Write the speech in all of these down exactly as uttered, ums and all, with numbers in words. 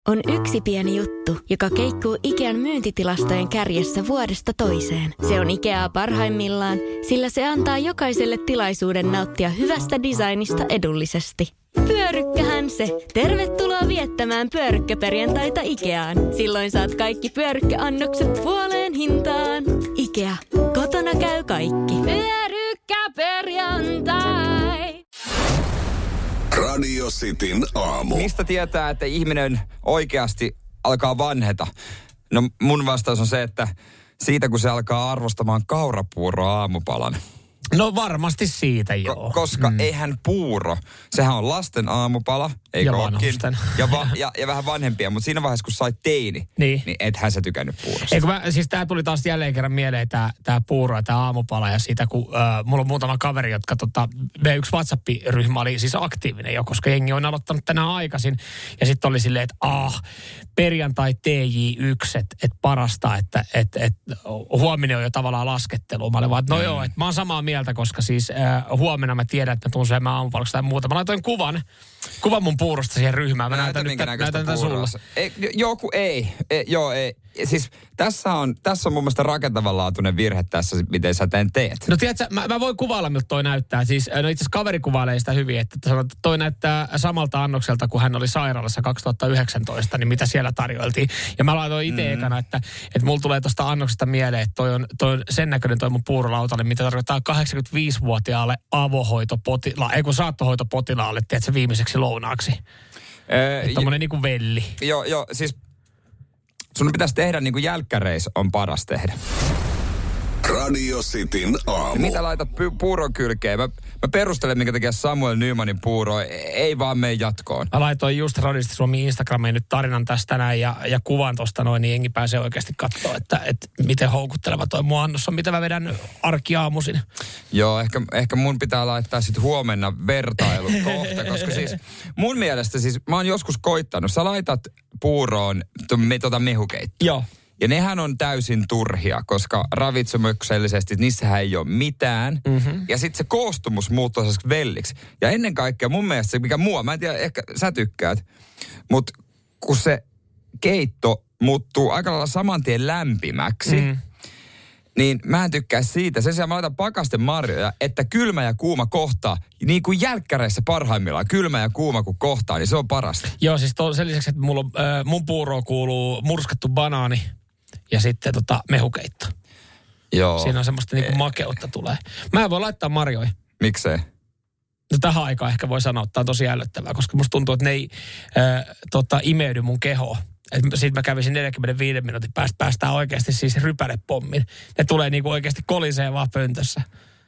On yksi pieni juttu, joka keikkuu Ikean myyntitilastojen kärjessä vuodesta toiseen. Se on Ikeaa parhaimmillaan, sillä se antaa jokaiselle tilaisuuden nauttia hyvästä designista edullisesti. Pyörykkähän se. Tervetuloa viettämään pyörykkäperjantaita Ikeaan. Silloin saat kaikki pyörykkäannokset puoleen hintaan. Ikea. Kotona käy kaikki. Pyörykkäperjantai. Radio Cityn aamu. Mistä tietää, että ihminen oikeasti alkaa vanheta? No mun vastaus on se, että siitä kun se alkaa arvostamaan kaurapuuroa aamupalan. No varmasti siitä, joo. Ko- koska mm. eihän puuro, sehän on lasten aamupala, eikö ja ookin? Ja, va- ja, ja vähän vanhempia, mutta siinä vaiheessa kun sait teini, niin, niin ethän sä tykännyt puurosta. Eikö mä, siis tää tuli taas jälleen kerran mieleen tää, tää puuro ja tää aamupala ja siitä, kun äh, mulla on muutama kaveri, jotka tota, meidän yksi WhatsApp-ryhmä oli siis aktiivinen jo, koska jengi on aloittanut tänään aikaisin. Ja sitten oli silleen, että ah, perjantai T J yksi, että et parasta, että et, et, huominen on jo tavallaan laskettelu. Mä olin vaan, että no mm. joo, että mä oon samaa mieltä, koska siis äh, huomenna mä tiedän, että mä tuun syömään aamupalaksi tai muuta. Mä laitoin kuvan, kuvan mun puurosta siihen ryhmään. Mä näytän, nyt, näytän tätä sulla. Ei, joku ei. ei. Joo, ei. Siis tässä on, tässä on mun mielestä rakentavanlaatuinen virhe tässä, miten sä tämän teet. No tiedätkö, mä, mä voin kuvailla, miltä toi näyttää. Siis, no itse asiassa kaveri kuvailee sitä hyvin, että sanoo, että toi näyttää samalta annokselta, kun hän oli sairaalassa kaksituhattayhdeksäntoista, niin mitä siellä tarjoiltiin. Ja mä laitoin itse mm. ekana, että, että mulla tulee tosta annoksesta mieleen, että toi on, toi on sen näköinen toi mun puurolautalle, mitä tarkoittaa kahdeksankymmentäviisivuotiaalle avohoitopotilaalle, ei kun saattohoitopotilaalle, tiedätkö, viimeiseksi lounaaksi. Öö, että tommonen j- niinku velli. Joo, joo, siis sun pitäisi tehdä niin kuin jälkkäreis on paras tehdä. Radio Cityn aamu. Mitä laitat pu- puuron kylkeen? Mä, mä perustelen, minkä takia Samuel Nymanin puuro ei vaan mene jatkoon. Mä laitoin just Radista Suomi Instagramiin nyt tarinan tästä näin ja, ja kuvan tosta noin, niin jengi pääsee oikeasti katsoa, että, että miten houkutteleva toi mun annos on, mitä mä vedän arkiaamuisin. Joo, ehkä, ehkä mun pitää laittaa sit huomenna vertailu kohta, koska siis mun mielestä siis mä oon joskus koittanut, sä laitat puuroon me, tota mehukeittoa. Joo. Ja nehän on täysin turhia, koska ravitsemuksellisesti niissähän ei ole mitään. Mm-hmm. Ja sitten se koostumus muuttuu sellaiseksi velliksi. Ja ennen kaikkea mun mielestä se, mikä mua, mä en tiedä, ehkä sä tykkäät, mutta kun se keitto muuttuu aika lailla saman tien lämpimäksi, mm. niin mä en tykkää siitä. Sen sijaan mä laitan pakasten marjoja, että kylmä ja kuuma kohtaa, niin kuin jälkkäreissä parhaimmillaan, kylmä ja kuuma kun kohtaa, niin se on parasta. Joo, siis to, sen lisäksi, että mulla on, äh, mun puuroon kuuluu murskattu banaani ja sitten tota mehukeitto. Joo. Siinä on semmoista niinku makeutta tulee. Mä en voi laittaa marjoja. Miksei? No tähän aikaan ehkä voi sanoa, että tämä on tosi ällöttävää, koska musta tuntuu, että ne ei äh, tota, imeydy mun kehoon. Sitten mä kävisin neljäkymmentäviisi minuutin päästä, päästään oikeasti siis rypälepommin. Ne tulee niinku oikeasti kolisee vaan pöntössä.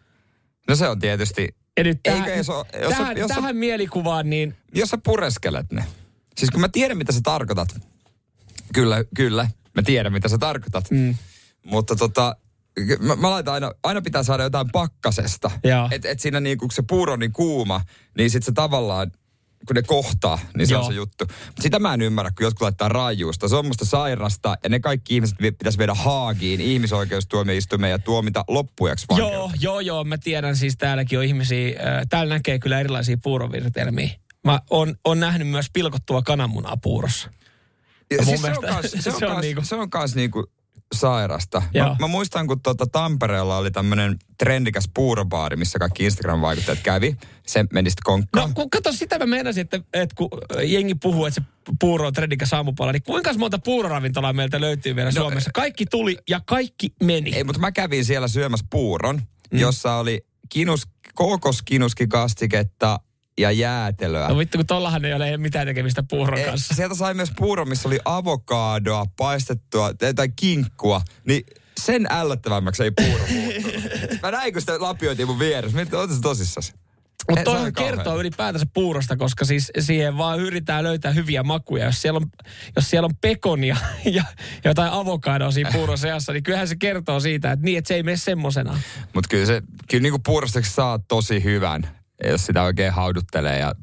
No se on tietysti. Ja nyt tähän, Eikä jos, jos, tähän, jos, tähän jos, mielikuvaan niin... Jos sä pureskelet ne. Siis kun mä tiedän, mitä sä tarkoitat. Kyllä, kyllä. Mä tiedän, mitä sä tarkoitat. Mm. Mutta tota... Mä, mä laitan aina, aina pitää saada jotain pakkasesta. Että et siinä niin, kun se puuro on niin kuuma, niin sit se tavallaan, kun ne kohtaa, niin se Joo. on se juttu. Mutta sitä mä en ymmärrä, kun jotkut laittaa raajuusta. Se on musta sairasta, ja ne kaikki ihmiset pitäisi viedä Haagiin, ihmisoikeustuomioistuimeen ja tuomita loppujaksi vankeutta. Joo, joo, joo, mä tiedän siis täälläkin on ihmisiä, äh, täällä näkee kyllä erilaisia puurovirtelmiä. Mä oon, on nähnyt myös pilkottua kananmunaa puurossa. Ja siis se, on kans, se, on kans, niinku... se on kans niinku sairasta. Mä, mä muistan, kun tuota Tampereella oli tämmönen trendikäs puurobaari, missä kaikki Instagram-vaikuttajat kävi. Se meni sitten konkkaan. No kun kato, sitä mä meinasin, että, että kun jengi puhuu, että se puuro on trendikäs aamupala, niin kuinka monta puuroravintolaa meiltä löytyy vielä no, Suomessa? Kaikki tuli ja kaikki meni. Ei, mutta mä kävin siellä syömässä puuron, mm. jossa oli kinus, kookoskinuskikastiketta ja jäätelöä. No vittu, kun tollahan ei ole mitään tekemistä puuron e, kanssa. Sieltä sai myös puuro, missä oli avokadoa, paistettua tai kinkkua. Niin sen ällöttävämmäksi ei puuro muuttunut. Mä näin, kun sitä lapioitiin mun vieressä. Mietin, oot sä tosissasi? Mutta toihan kertoo ylipäätänsä puurosta, koska siis siihen vaan yritetään löytää hyviä makuja. Jos siellä on, jos siellä on pekonia ja jotain avokadoa siinä puuron seassa, niin kyllähän se kertoo siitä, että niin, että se ei mene semmosena. Mutta kyllä se, kyllä niinku puurostakin saa tosi hyvän, jos sitä oikein hauduttelee ja,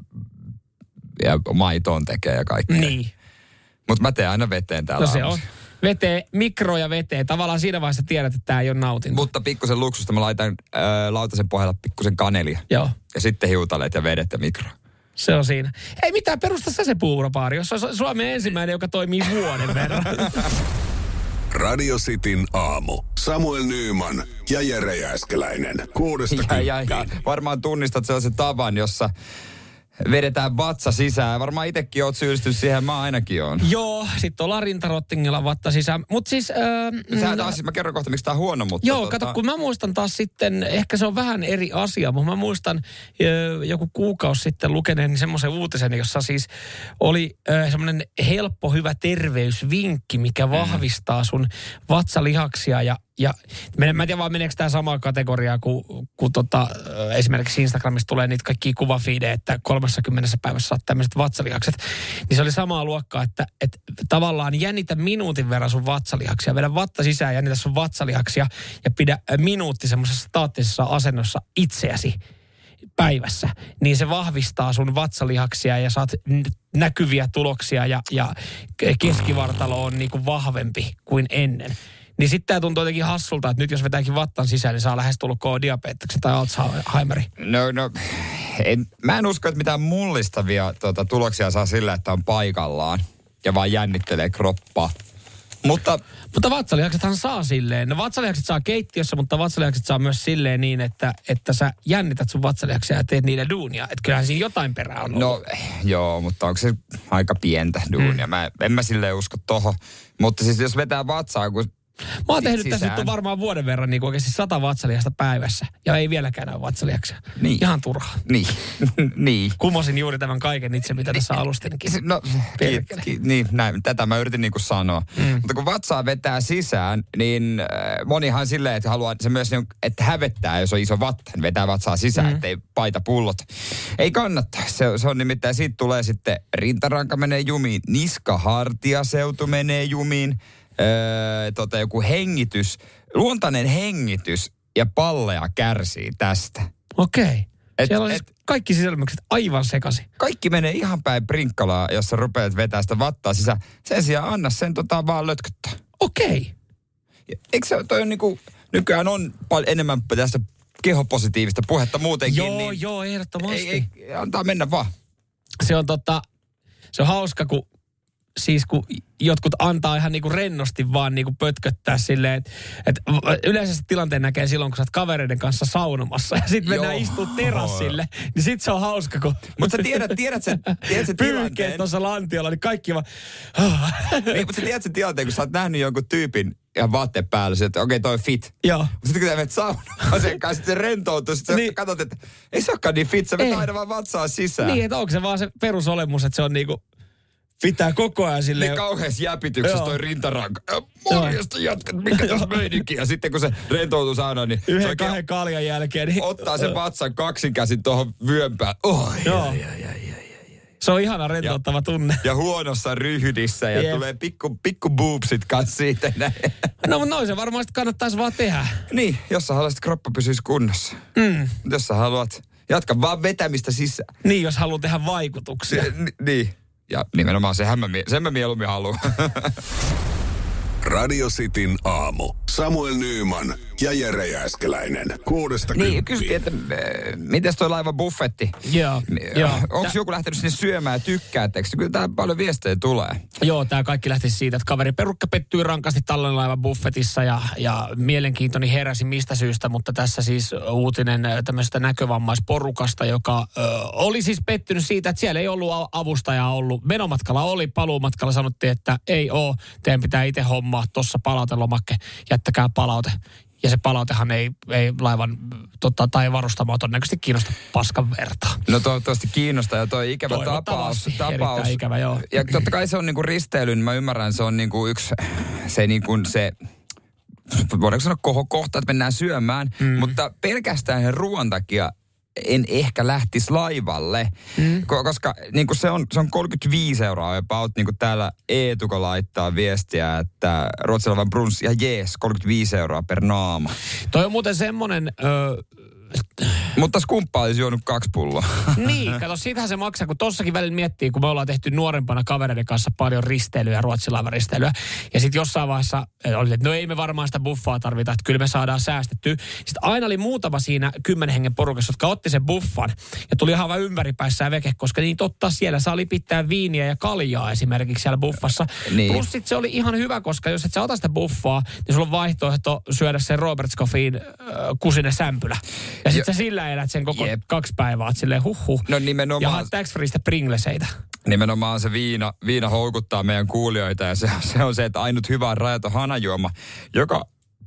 ja maitoon tekee ja kaikkea. Niin. Mutta mä teen aina veteen täällä No se on. Veteen, mikro ja veteen. Tavallaan siinä vaiheessa tiedät, että tämä ei ole nautinto. Mutta pikkusen luksusta mä laitan äh, lautasen pohjalla pikkusen kanelia. Joo. Ja sitten hiutaleet ja vedet ja mikro. Se on siinä. Ei mitään, perusta sä se puuropaari, jos on Suomen ensimmäinen, joka toimii vuoden verran. Radio Cityn aamu. Samuel Nyyman ja Jere Jääskeläinen. Kuudesta ja, ja, ja varmaan tunnistat sellaisen tavan, jossa vedetään vatsa sisään. Varmaan itsekin oot syyllistynyt siihen, mä ainakin oon. Joo, sit ollaan rintarottingilla vatsa sisään. Mut siis... Äh, Sä taas, mä kerron kohta, miksi tää on huono, mutta... Joo, tota... kato, kun mä muistan taas sitten, ehkä se on vähän eri asia, mutta mä muistan äh, joku kuukausi sitten lukeneeni semmoisen uutisen, jossa siis oli äh, semmoinen helppo, hyvä terveysvinkki, mikä vahvistaa sun vatsalihaksia ja Ja mä en tiedä vaan meneekö tämä samaa kategoriaa, kun, kun tota, esimerkiksi Instagramissa tulee niitä kaikkia kuvafiidejä, että kolmekymmentä päivässä saat tämmöiset vatsalihakset. Niin se oli samaa luokkaa, että, että tavallaan jännitä minuutin verran sun vatsalihaksia. Vedä vatta sisään, jännitä sun vatsalihaksia ja pidä minuutti semmoisessa staattisessa asennossa itseäsi päivässä. Niin se vahvistaa sun vatsalihaksia ja saat näkyviä tuloksia ja, ja keskivartalo on niinku vahvempi kuin ennen. Niin sitten tämä tuntuu jotenkin hassulta, että nyt jos vetääkin vattan sisään, niin saa lähestulkoon diabeteksen tai Alzheimeri. No, no, en, mä en usko, että mitään mullistavia tuota, tuloksia saa sillä, että on paikallaan ja vaan jännittelee kroppaa. Mutta... Mutta vatsalihaksethan saa silleen. No vatsalihakset saa keittiössä, mutta vatsalihakset saa myös silleen niin, että, että sä jännität sun vatsalihaksia ja teet niille duunia. Että kyllähän siinä jotain perää on ollut. No joo, mutta onko se aika pientä duunia? Mm. Mä, en mä silleen usko tohon. Mutta siis jos vetää vatsaa, kun... Mä oon tehnyt tässä nyt varmaan vuoden verran niin oikeasti sata vatsalihasta päivässä. Ja ei vieläkään ole vatsalihaksia. Niin. Ihan turhaa. Niin. niin. Kumosin juuri tämän kaiken itse, mitä tässä alustinkin. No, ki, ki, niin, näin. Tätä mä yritin niin kuin sanoa. Mm. Mutta kun vatsaa vetää sisään, niin äh, monihan silleen, että haluaa se myös, että hävettää, jos on iso vatta. Vetää vatsaa sisään, mm. ettei paita pullot. Ei kannattaa. Se, se on nimittäin, siitä tulee sitten rintaranka menee jumiin, niska-hartiaseutu menee jumiin. Öö, tota, joku hengitys, luontainen hengitys ja palleja kärsii tästä. Okei. Et, Siellä on et, siis kaikki sisälmykset aivan sekaisin. Kaikki menee ihan päin prinkkalaa, jos sä rupeat vetää sitä vattaa sisään. Sen sijaan anna sen tota vaan lötköttää. Okei. Eikö se toi on niinku, nykyään on paljon enemmän tästä kehopositiivista puhetta muutenkin. Joo, niin joo, ehdottomasti. Ei, ei, antaa mennä vaan. Se on tota, se on hauska, kun siis kun jotkut antaa ihan niinku rennosti vaan niinku pötköttää silleen, että et yleensä se tilanteen näkee silloin, kun sä oot kavereiden kanssa saunomassa ja sit mennään istua terassille, niin sit se on hauska, kun... Mutta sä tiedät, tiedät sen, tiedät sen tilanteen. Pyyhkeet tuossa lantiolla, niin kaikki vaan... niin, mutta sä tiedät sen tilanteen, kun sä oot nähnyt jonkun tyypin ihan vaatteen päällä, että okei, okay, toi fit. Joo. Mutta sitten kun sä menet saunomaan sen kanssa, sitten se rentoutuu, sitten niin. Sä katsot, että ei se olekaan niin fit, sä vetää aina vaan vatsaa sisään. Niin, että onko se vaan se perusolemus, että se on niinku... Pitää koko ajan silleen... Niin kauheassa jäpityksessä toi rintaranka. Morjesta jatkat, mikä tässä meininki. Ja sitten kun se rentoutuu saunaan, niin... Yhden kahden kaljan jälkeen, niin... Ottaa sen vatsan kaksinkäsin tuohon vyönpään. Oh, joo. Ai, ai, ai, ai, ai. Se on ihana rentouttava ja, tunne. Ja huonossa ryhdissä ja yep. Tulee pikku, pikku boobsit kanssa siitä näin. No, mutta noin se varmaan kannattaisi vaan tehdä. Niin, jos sä haluaisit, että kroppa pysyisi kunnossa. Mm. Jos sä haluat, jatka vaan vetämistä sisään. Niin, jos haluat tehdä vaikutuksia. Ni, niin. Ja nimenomaan sehän mä, sen mä mieluummin haluan. Radio Cityn aamu. Samuel Nyyman ja Jere Jääskeläinen. Kuudesta Niin, kysyttiin, että mites toi laiva buffetti? Joo. joo. Onko Tä... joku lähtenyt sinne syömään ja tykkäättekö? Kyllä tää paljon viestejä tulee. Joo, tää kaikki lähti siitä, että kaveri perukka pettyi rankasti Tallinnan laivan buffetissa ja, ja mielenkiintoni heräsi mistä syystä, mutta tässä siis uutinen tämmöisestä näkövammaisporukasta, joka ö, oli siis pettynyt siitä, että siellä ei ollut avustajaa ollut. Menomatkalla oli, paluumatkalla sanottiin, että ei oo, teidän pitää itse hommaa tuossa palautelomakke, jättäkää palaute. Ja se palautehan ei, ei laivan tota, tai varustamoa todennäköisesti kiinnosta paskan vertaa. No toivottavasti kiinnostaa ja toi ikävä tapaus. tapaus. ikävä, joo. Ja totta kai se on niinku risteilyn, mä ymmärrän, se on niinku yksi, se niinku se, voidaanko sanoa kohokohta, että mennään syömään, mm. mutta pelkästään ruoan takia en ehkä lähtisi laivalle, mm. koska niin kuin se, on, se on kolmekymmentäviisi euroa about, niin kuin täällä Eetuko laittaa viestiä, että ruotsalaivan brunssi ja jees, kolmekymmentäviisi euroa per naama. Toi on muuten semmoinen, ö, Mutta skumppaa olisi juonut kaksi pulloa. Niin, kato, siitähän se maksaa, kun tossakin välillä miettii, kun me ollaan tehty nuorempana kavereiden kanssa paljon risteilyä, ruotsilaivaristeilyä. Ja sitten jossain vaiheessa oli, että no ei me varmaan sitä buffaa tarvita, että kyllä me saadaan säästettyä. Sitten aina oli muutama siinä kymmenen hengen porukassa, jotka otti sen buffan. Ja tuli ihan vaan ympäripäissään veke, koska niin totta siellä saa lipittää viiniä ja kaljaa esimerkiksi siellä buffassa. Niin. Plus sitten se oli ihan hyvä, koska jos et sä ota sitä buffaa, niin sulla on vaihtoehto syödä sen Robert Scoffin äh, kusinen sämpylä. Ja sitten sä sillä elät sen koko Jep. kaksi päivää, että silleen huh huh. No nimenomaan. Ja tax-freeistä Pringleseitä. Nimenomaan se viina, viina houkuttaa meidän kuulijoita ja se, se on se, että ainut hyvä on rajaton hanajuoma, joka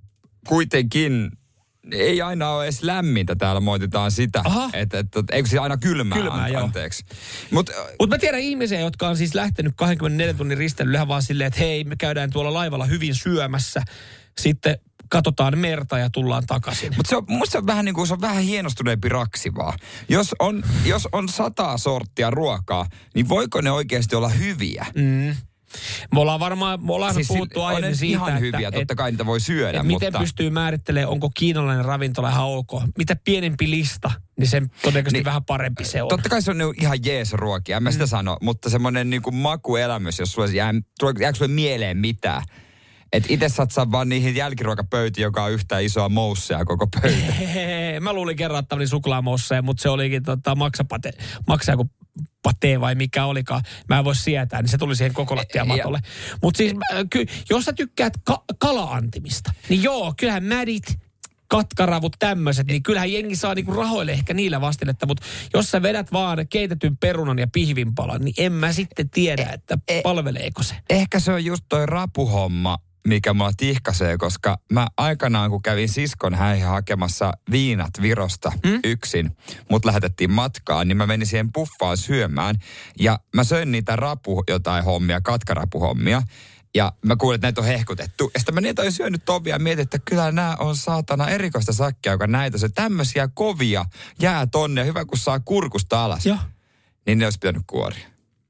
kuitenkin ei aina ole edes lämmintä, täällä moititaan sitä. Että et, et, eikö se aina kylmää, kylmää an, anteeksi. Mutta Mut mä tiedän ihmisiä, jotka on siis lähtenyt kaksikymmentäneljä tunnin risteilyllä vaan silleen, että hei, me käydään tuolla laivalla hyvin syömässä. Sitten katsotaan merta ja tullaan takaisin. Mutta se on, musta se on vähän niin kuin, se on vähän hienostuneempi raksi vaan. Jos on, jos on sataa sorttia ruokaa, niin voiko ne oikeasti olla hyviä? Mm. Me ollaan varmaan, me ollaan siis puhuttu aiemmin siitä, ihan hyviä, että totta kai niitä voi syödä, et mutta miten pystyy määrittelemään, onko kiinalainen ravintola ihan ok. Mitä pienempi lista, niin sen todennäköisesti niin, vähän parempi se on. Totta kai se on ihan jees ruokia, en mä sitä mm. sano, mutta semmoinen niin kuin makuelämys, jos sulla jää, jääkö sulle mieleen mitään? Että itse satsaa vaan niihin jälkiruokapöytiin, joka on yhtä isoa mousseja koko pöytä. Mä luulin kerran, että oli suklaamousseja, mutta se olikin tota, maksapate, maksaa kuin patee vai mikä olikaan. Mä en voi sietää, niin se tuli siihen koko lattiamatolle. Mutta siis, ky, jos sä tykkäät ka- kala-antimista, niin joo, kyllähän mädit, katkaravut, tämmöiset, niin kyllähän jengi saa niinku rahoille ehkä niillä vastinetta, mutta jos sä vedät vaan keitetyn perunan ja pihvinpalan, niin en mä sitten tiedä, että palveleeko se. Ehkä se on just toi rapuhomma, mikä mua tihkasee, koska mä aikanaan, kun kävin siskon häihin hakemassa viinat Virosta hmm? yksin, mut lähetettiin matkaan, niin mä menin siihen buffaan syömään, ja mä söin niitä rapu jotain hommia, katkarapuhommia, ja mä kuulin, että näitä on hehkutettu. Ja sitten mä niitä olin syönyt tovia ja mietin, että kyllä nämä on saatana erikoista sakkia, joka näitä se tämmöisiä kovia jää tonne, hyvä kun saa kurkusta alas. Joo. Niin ne olisi pitänyt kuoria.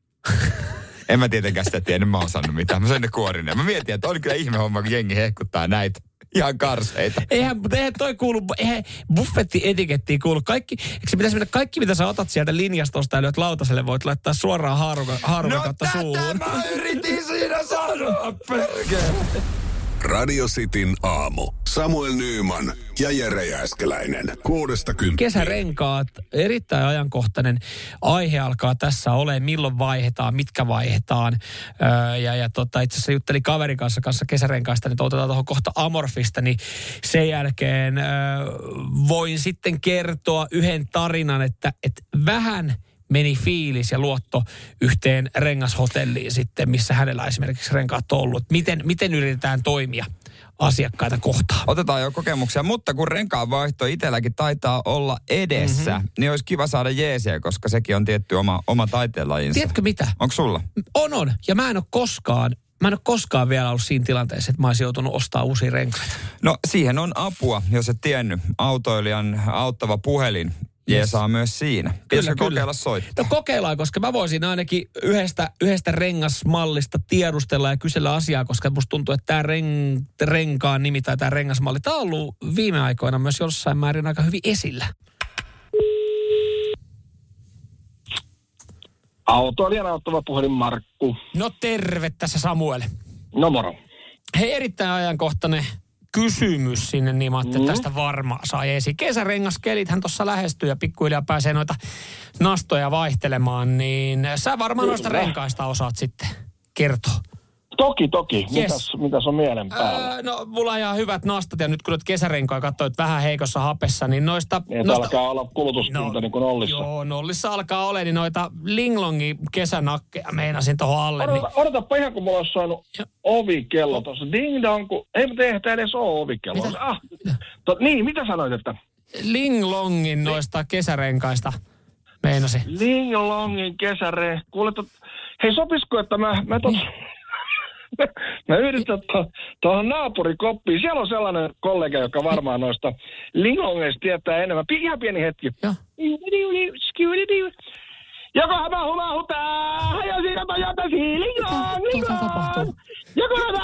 En mä tietenkään sitä tiedä, en mä osannut mitään. Mä söin ne kuorineen. Mä mietin, että on kyllä ihme homma, kun jengi hehkuttaa näitä. Ihan karseita. Eihän, mutta eihän toi kuulu, eihän buffetti-etikettiin kuulu. Kaikki, eikö se pitäisi mennä kaikki, mitä sä otat sieltä linjastosta ja lyöt lautaselle, voit laittaa suoraan haarukan haaruka no, kautta suuhun. No mä yritin siinä sanoa, perkele. Radio Cityn aamu. Samuel Nyyman ja Jere Jääskeläinen. Kuudesta kymppiin. Kesärenkaat, erittäin ajankohtainen aihe alkaa tässä olemaan. Milloin vaihdetaan, mitkä vaihdetaan. Öö, ja ja tota, itse asiassa juttelin kaverin kanssa, kanssa kesärenkaista, niin otetaan tuohon kohta Amorfista. Niin sen jälkeen öö, voin sitten kertoa yhden tarinan, että, että vähän meni fiilis ja luotto yhteen rengashotelliin sitten, missä hänellä esimerkiksi renkaat on ollut. Miten, miten yritetään toimia asiakkaita kohtaan? Otetaan jo kokemuksia, mutta kun renkaan vaihto itselläkin taitaa olla edessä, mm-hmm. niin olisi kiva saada jeesiä, koska sekin on tietty oma, oma taiteenlajinsa. Tiedätkö mitä? Onko sulla? On, on. Ja mä en ole koskaan, mä en ole koskaan vielä ollut siinä tilanteessa, että mä olisin joutunut ostamaan uusia renkaita. No siihen on apua, jos et tiennyt. Autoilijan auttava puhelin. Jeesaa myös siinä. Pitäisikö kokeilla soittaa? No kokeillaan, koska mä voisin ainakin yhdestä, yhdestä rengasmallista tiedustella ja kysellä asiaa, koska musta tuntuu, että tämä ren, renkaan nimi tai tämä rengasmalli, tämä on ollut viime aikoina myös jossain määrin aika hyvin esillä. Autoilijan auttava puhelin Markku. No terve, tässä Samuel. No moro. Hei, erittäin ajankohtainen kysymys sinne, niin mä ajattelin, että tästä varmaan saa esiin. Kesärengaskelithän tuossa lähestyy ja pikkuhiljaa pääsee noita nastoja vaihtelemaan, niin sä varmaan noista renkaista osaat sitten kertoa. Toki, toki. Yes. Mitäs, mitäs on mielen päällä? Öö, no, mulla on ihan hyvät nastat ja nyt kun nyt kesärenkaa katsoit vähän heikossa hapessa, niin noista... Niin, noista alkaa olla kulutuspinta no, niin kuin nollissa. Joo, nollissa alkaa olla, niin noita linglongin kesänakkeja meinasin tuohon alle. Odota, niin... Odotapa ihan, kun mulla olisi saanut ja... ovikello tuossa. Ding dong, kun... Ei mutta eihän tämä edes ole ovikello. Mitä? Ah, to, niin, mitä sanoit, että... Linglongin noista kesärenkaista meinasin. Linglongin kesäre... Kuule, to... hei sopisiko, että mä... mä tos... Mä yhdistän tuohon naapurikoppiin. Siellä on sellainen kollega, joka varmaan noista lingongeista tietää enemmän. Ihan pieni hetki. Joo. Joko hämä humahutaa, hajo siinä Toyota Lingong, Lingong. Joko hämä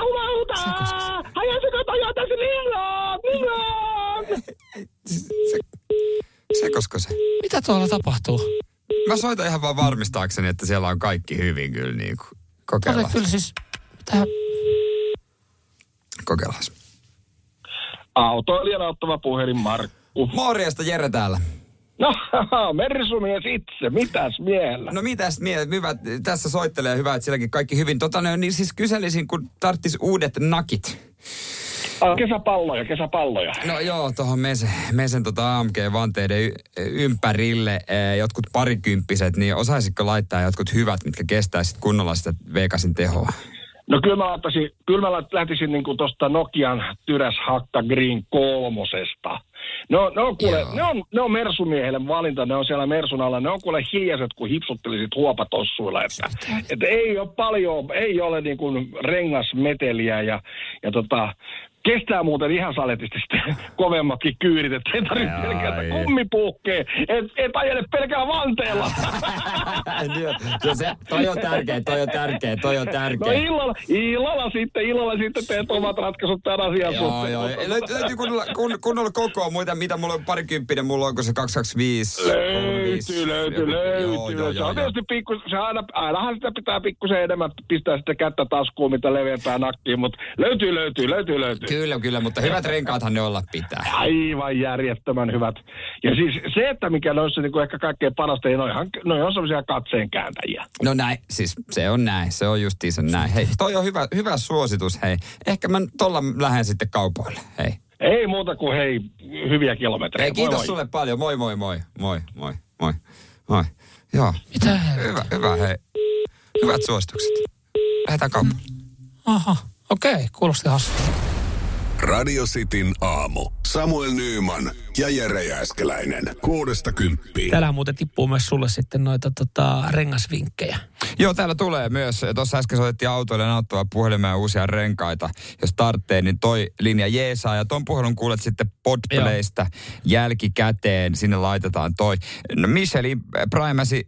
humahutaa, hajo siinä Toyota Lingong, Lingong. tuolla tapahtuu? Mä soitan ihan vaan varmistaakseni, että siellä on kaikki hyvin kyllä niin kuin. Kokeillaan. Oli kyllä siis, mitä? Kokeillaan. Autoilijana ottava puhelin Markku. Morjesta, Jere täällä. No, Mersumies itse, mitäs miellä? No mitäs mie, hyvä, tässä soittelee, hyvä, että sielläkin kaikki hyvin. Tota, niin siis kyselisin, kun tarttis uudet nakit. Ah, kesäpalloja, kesäpalloja. No joo, tuohon Mesen, Mesen tota A M G-vanteiden y- ympärille e, jotkut parikymppiset, niin osaisitko laittaa jotkut hyvät, mitkä kestää sitten kunnolla sitä Vegasin tehoa? No kyllä mä, laittaisin, kyllä mä lähtisin niinku tosta Nokian Tyräs Hakka Green kolmosesta. No, ne on kuule, ne on, ne on Mersumiehelle valinta, ne on siellä Mersun alla, ne on kuule hiljaiset, kun hipsuttelisit huopatossuilla, että, että ei ole paljon, ei ole niin kuin rengasmeteliä ja, ja tota, kestää muuten ihan saletisti sitten kovemmakin kyyrit, että ei tarvitse pelkää kummipuukkeen, et, et ajele pelkää vanteella. no se, toi on tärkeä, toi on tärkeä, toi on tärkeä. No illalla, illalla sitten, illalla sitten teet omat ratkaisut tämän asian joo, suhteen. Joo, joo. Löytyy kunnolla, kun, kunnolla kokoa muita, mitä mulla on parikymppinen, mulla onko se kaksi kaksi viisi? Löytyy, löytyy, löytyy. Se on tietysti pikku, se aina, ainahan sitä pitää pikkusen enemmän pistää sitten kättä taskuun, mitä leveämpää nakkiin, mutta löytyy, löytyy, löytyy, löytyy. Kyllä, kyllä, mutta hyvät renkaathan ne olla pitää. Aivan järjettömän hyvät. Ja siis se, että mikä noissa niin ehkä kaikkein parasta, niin noihan, noi on sellaisia katseen kääntäjiä. No näin, siis se on näin, se on justiinsa näin. Hei, toi on hyvä, hyvä suositus, hei. Ehkä mä tolla lähden sitten kaupoille, hei. Ei muuta kuin hei, hyviä kilometrejä. Hei, kiitos moi, sulle moi. paljon, moi moi moi, moi moi moi, moi. Joo. Mitä? Hyvä, hyvä, hei. Hyvät suositukset. Lähdetään kaupalle. Aha, okei, okay, kuulosti hassulta. Radio Cityn aamu. Samuel Nyyman ja Jere Jääskeläinen. Kuudesta kymppiin. Täällähän muuten tippuu myös sulle sitten noita tota, rengasvinkkejä. Joo, täällä tulee myös. Tuossa äsken soitettiin autoille nauttavaa puhelimeen uusia renkaita. Jos tarvitsee, niin toi linja jeesaa. Ja ton puhelun kuulet sitten Podplaysta jälkikäteen. Sinne laitetaan toi. No Michelin Primacy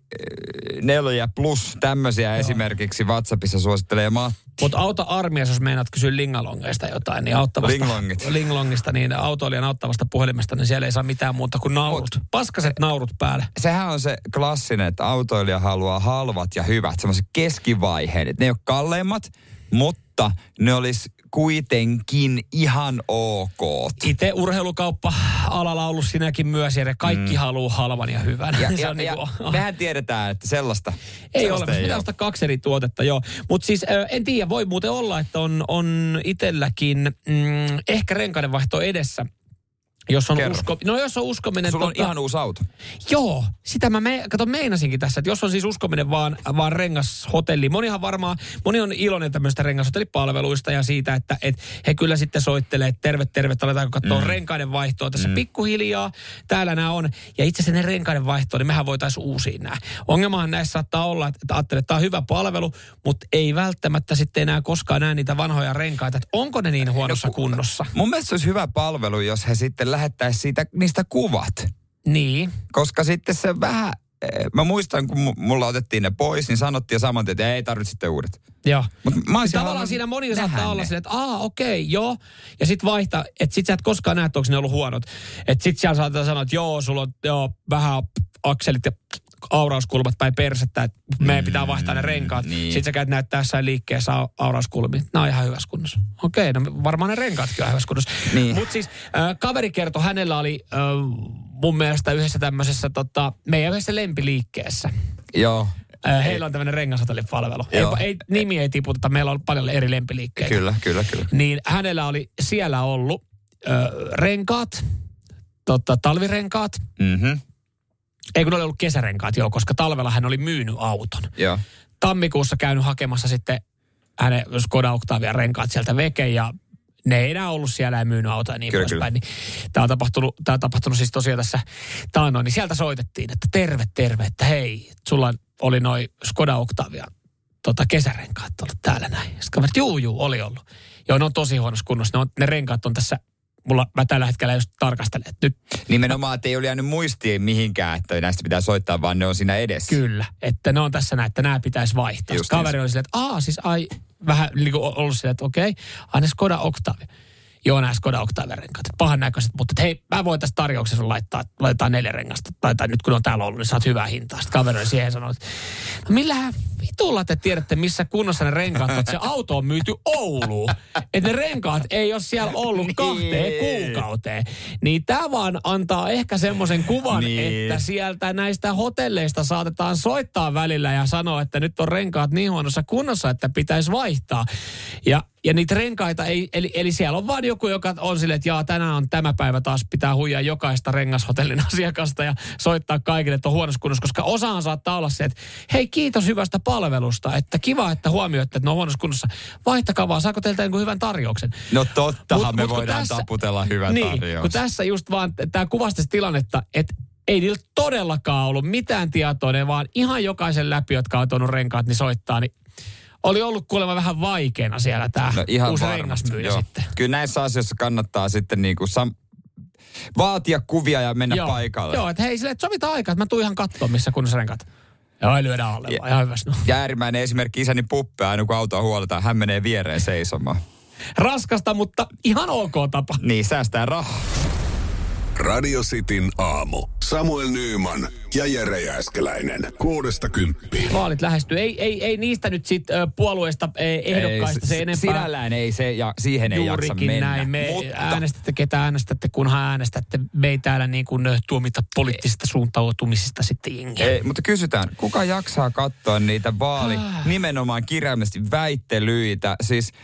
neljä plus tämmöisiä Joo. esimerkiksi WhatsAppissa suosittelee Matti. Mutta auta armias, jos meinaat kysyä lingalongeista jotain, niin auttavasta, Linglongit. linglongista, niin autoilijan auttavasta puhelimesta, niin siellä ei saa mitään muuta kuin naurut. Mut, paskaset naurut päälle. Sehän on se klassinen, että autoilija haluaa halvat ja hyvät, semmoiset keskivaiheen. Että ne ei ole kalleimmat, mutta ne olisi kuitenkin ihan ok. Itse urheilukauppa-alalla ollut sinäkin myös, ja kaikki mm. haluaa halvan ja hyvän. Ja, ja, ja oh. mehän tiedetään, että sellaista ei ole. Me pitää ostaa kaksi eri tuotetta, joo. Mutta siis en tiedä, voi muuten olla, että on, on itselläkin mm, ehkä renkaiden vaihto edessä. Jos on, usko, no jos on uskominen... Sulla on tota, ihan uusi auto. Joo, sitä mä me, kato, meinasinkin tässä, että jos on siis uskominen vaan, vaan rengashotelli. Monihan varmaan, moni on iloinen tämmöistä rengashotellipalveluista ja siitä, että et he kyllä sitten soittelee, että terve, terve, aletaanko katsoa mm. renkaiden vaihtoa. Tässä mm. pikkuhiljaa täällä nämä on. Ja itse asiassa ne renkaiden vaihtoa, niin mehän voitaisiin uusia nämä. Ongelmahan näissä saattaa olla, että ajattelee, että tämä on hyvä palvelu, mutta ei välttämättä sitten enää koskaan näe niitä vanhoja renkaita. Että onko ne niin huonossa no, kunnossa? Mun mielestä se olisi hyvä palvelu, jos he sitten lähettäisi siitä, niistä kuvat. Niin. Koska sitten se vähän, mä muistan kun mulla otettiin ne pois, niin sanottiin saman tien, että ei tarvitse sitten uudet. Joo. Mut tavallaan siinä monilla saattaa olla silleen, että aa okei, okay, joo. Ja sit vaihtaa, että sit sä et koskaan näe, että onko ne ollut huonot. Että sit siellä saattaa sanoa, että joo, sulla on joo, vähän akselit ja aurauskulmat päin persettä, että meidän pitää vaihtaa ne renkaat. Niin. Sitten sä käyt näyttää jossain liikkeessä aurauskulmia. Nämä on ihan hyvässä kunnossa. Okei, okay, no varmaan ne renkaatkin on hyvässä kunnossa. Niin. Mutta siis äh, kaveri kertoi, hänellä oli äh, mun mielestä yhdessä tämmöisessä, tota, meidän yhdessä lempiliikkeessä. Joo. Äh, heillä on tämmöinen rengasotellipalvelu. Ei, ei, nimi ei tiputeta, meillä on paljon eri lempiliikkeitä. Kyllä, kyllä, kyllä. Niin hänellä oli siellä ollut äh, renkaat, tota, talvirenkaat. Mhm. Ei kun oli ollut kesärenkaat, joo, koska talvella hän oli myynyt auton. Joo. Tammikuussa käynyt hakemassa sitten hänen Skoda Octavia renkaat sieltä veke ja ne ei enää ollut siellä ja myynyt autoa ja niin poispäin. Niin, tämä on tapahtunut, tämä on tapahtunut siis tosiaan tässä taannoin, niin sieltä soitettiin, että terve, terve, että hei, sulla oli noi Skoda Octavia tota, kesärenkaat ollut täällä näin. Sitten kaverit, juu, juu, oli ollut. Joo, ne on tosi huonossa kunnossa. Ne, on, ne renkaat on tässä... Mulla mä tällä hetkellä just tarkastelen, että nyt... Nimenomaan, että ei ole jäänyt muistiin mihinkään, että näistä pitää soittaa, vaan ne on siinä edessä. Kyllä, että ne on tässä näin, että nämä pitäisi vaihtaa. Just kaveri oli silleen, että aah, siis ai, vähän niin kuin ollut silleen, että okei, okay, aina Skoda Octavia. joo, nämä Skoda Octavia-renkaat. Pahan näköiset, mutta et, hei, mä voin tässä tarjouksessa laittaa, laittaa neljä rengasta. Tai, tai nyt kun on täällä ollut, niin saat hyvää hintaa. Sitten kaveri siihen sanoi, että no millähän vitulla te tiedätte, missä kunnossa ne renkaat on. Se auto on myyty Ouluun. Että ne renkaat ei ole siellä ollut kahteen kuukauteen. Niin tämä vaan antaa ehkä semmoisen kuvan, niin. että sieltä näistä hotelleista saatetaan soittaa välillä ja sanoa, että nyt on renkaat niin huonossa kunnossa, että pitäisi vaihtaa. Ja Ja niitä renkaita ei, eli, eli siellä on vaan joku, joka on silleen, että jaa, tänään on tämä päivä taas, pitää huijaa jokaista rengashotellin asiakasta ja soittaa kaikille, että on huonossa kunnossa, koska osahan saattaa olla se, että hei, kiitos hyvästä palvelusta, että kiva, että huomioitte, että ne on huonossa kunnossa. Vaihtakaa vaan, saako teiltä jonkun hyvän tarjouksen? No tottahan mut, me mut, voidaan tässä, taputella hyvä niin, tarjous. Kun tässä just vaan, tämä kuvasi tilannetta, että ei niillä todellakaan ollut mitään tietoa, ne vaan ihan jokaisen läpi, jotka on tuonut renkaat, niin soittaa, niin oli ollut kuulemma vähän vaikeana siellä tämä no uusi rengasmyyjä sitten. Kyllä näissä asioissa kannattaa sitten niinku sam- vaatia kuvia ja mennä joo, paikalle. Joo, että hei silleen, että sovitaan aikaa, että mä tuun ihan katsoa, missä kunnossa renkaat. Joo, ei lyödä alle, vaan ihan hyvässä. No. Ja äärimmäinen esimerkki isäni Puppe, aina kun autoa huoletaan, hän menee viereen seisomaan. Raskasta, mutta ihan ok tapa. Niin, säästää rahaa. Radio Cityn aamu. Samuel Nyyman ja Jere Jääskeläinen. Kuudesta kymppiin. Vaalit lähestyy. Ei, ei, ei niistä nyt sit ö, puolueista ö, ehdokkaista ei, se enempää. Sinällään ei se, ja siihen ei jaksa mennä. Näin. Me mutta äänestätte, ketä äänestätte, kunhan äänestätte. Me ei täällä niin kuin tuomita poliittisista suuntautumisista sitten jengiä. Ei, mutta kysytään, kuka jaksaa katsoa niitä vaali, ah. nimenomaan kirjaimellisesti väittelyitä? Siis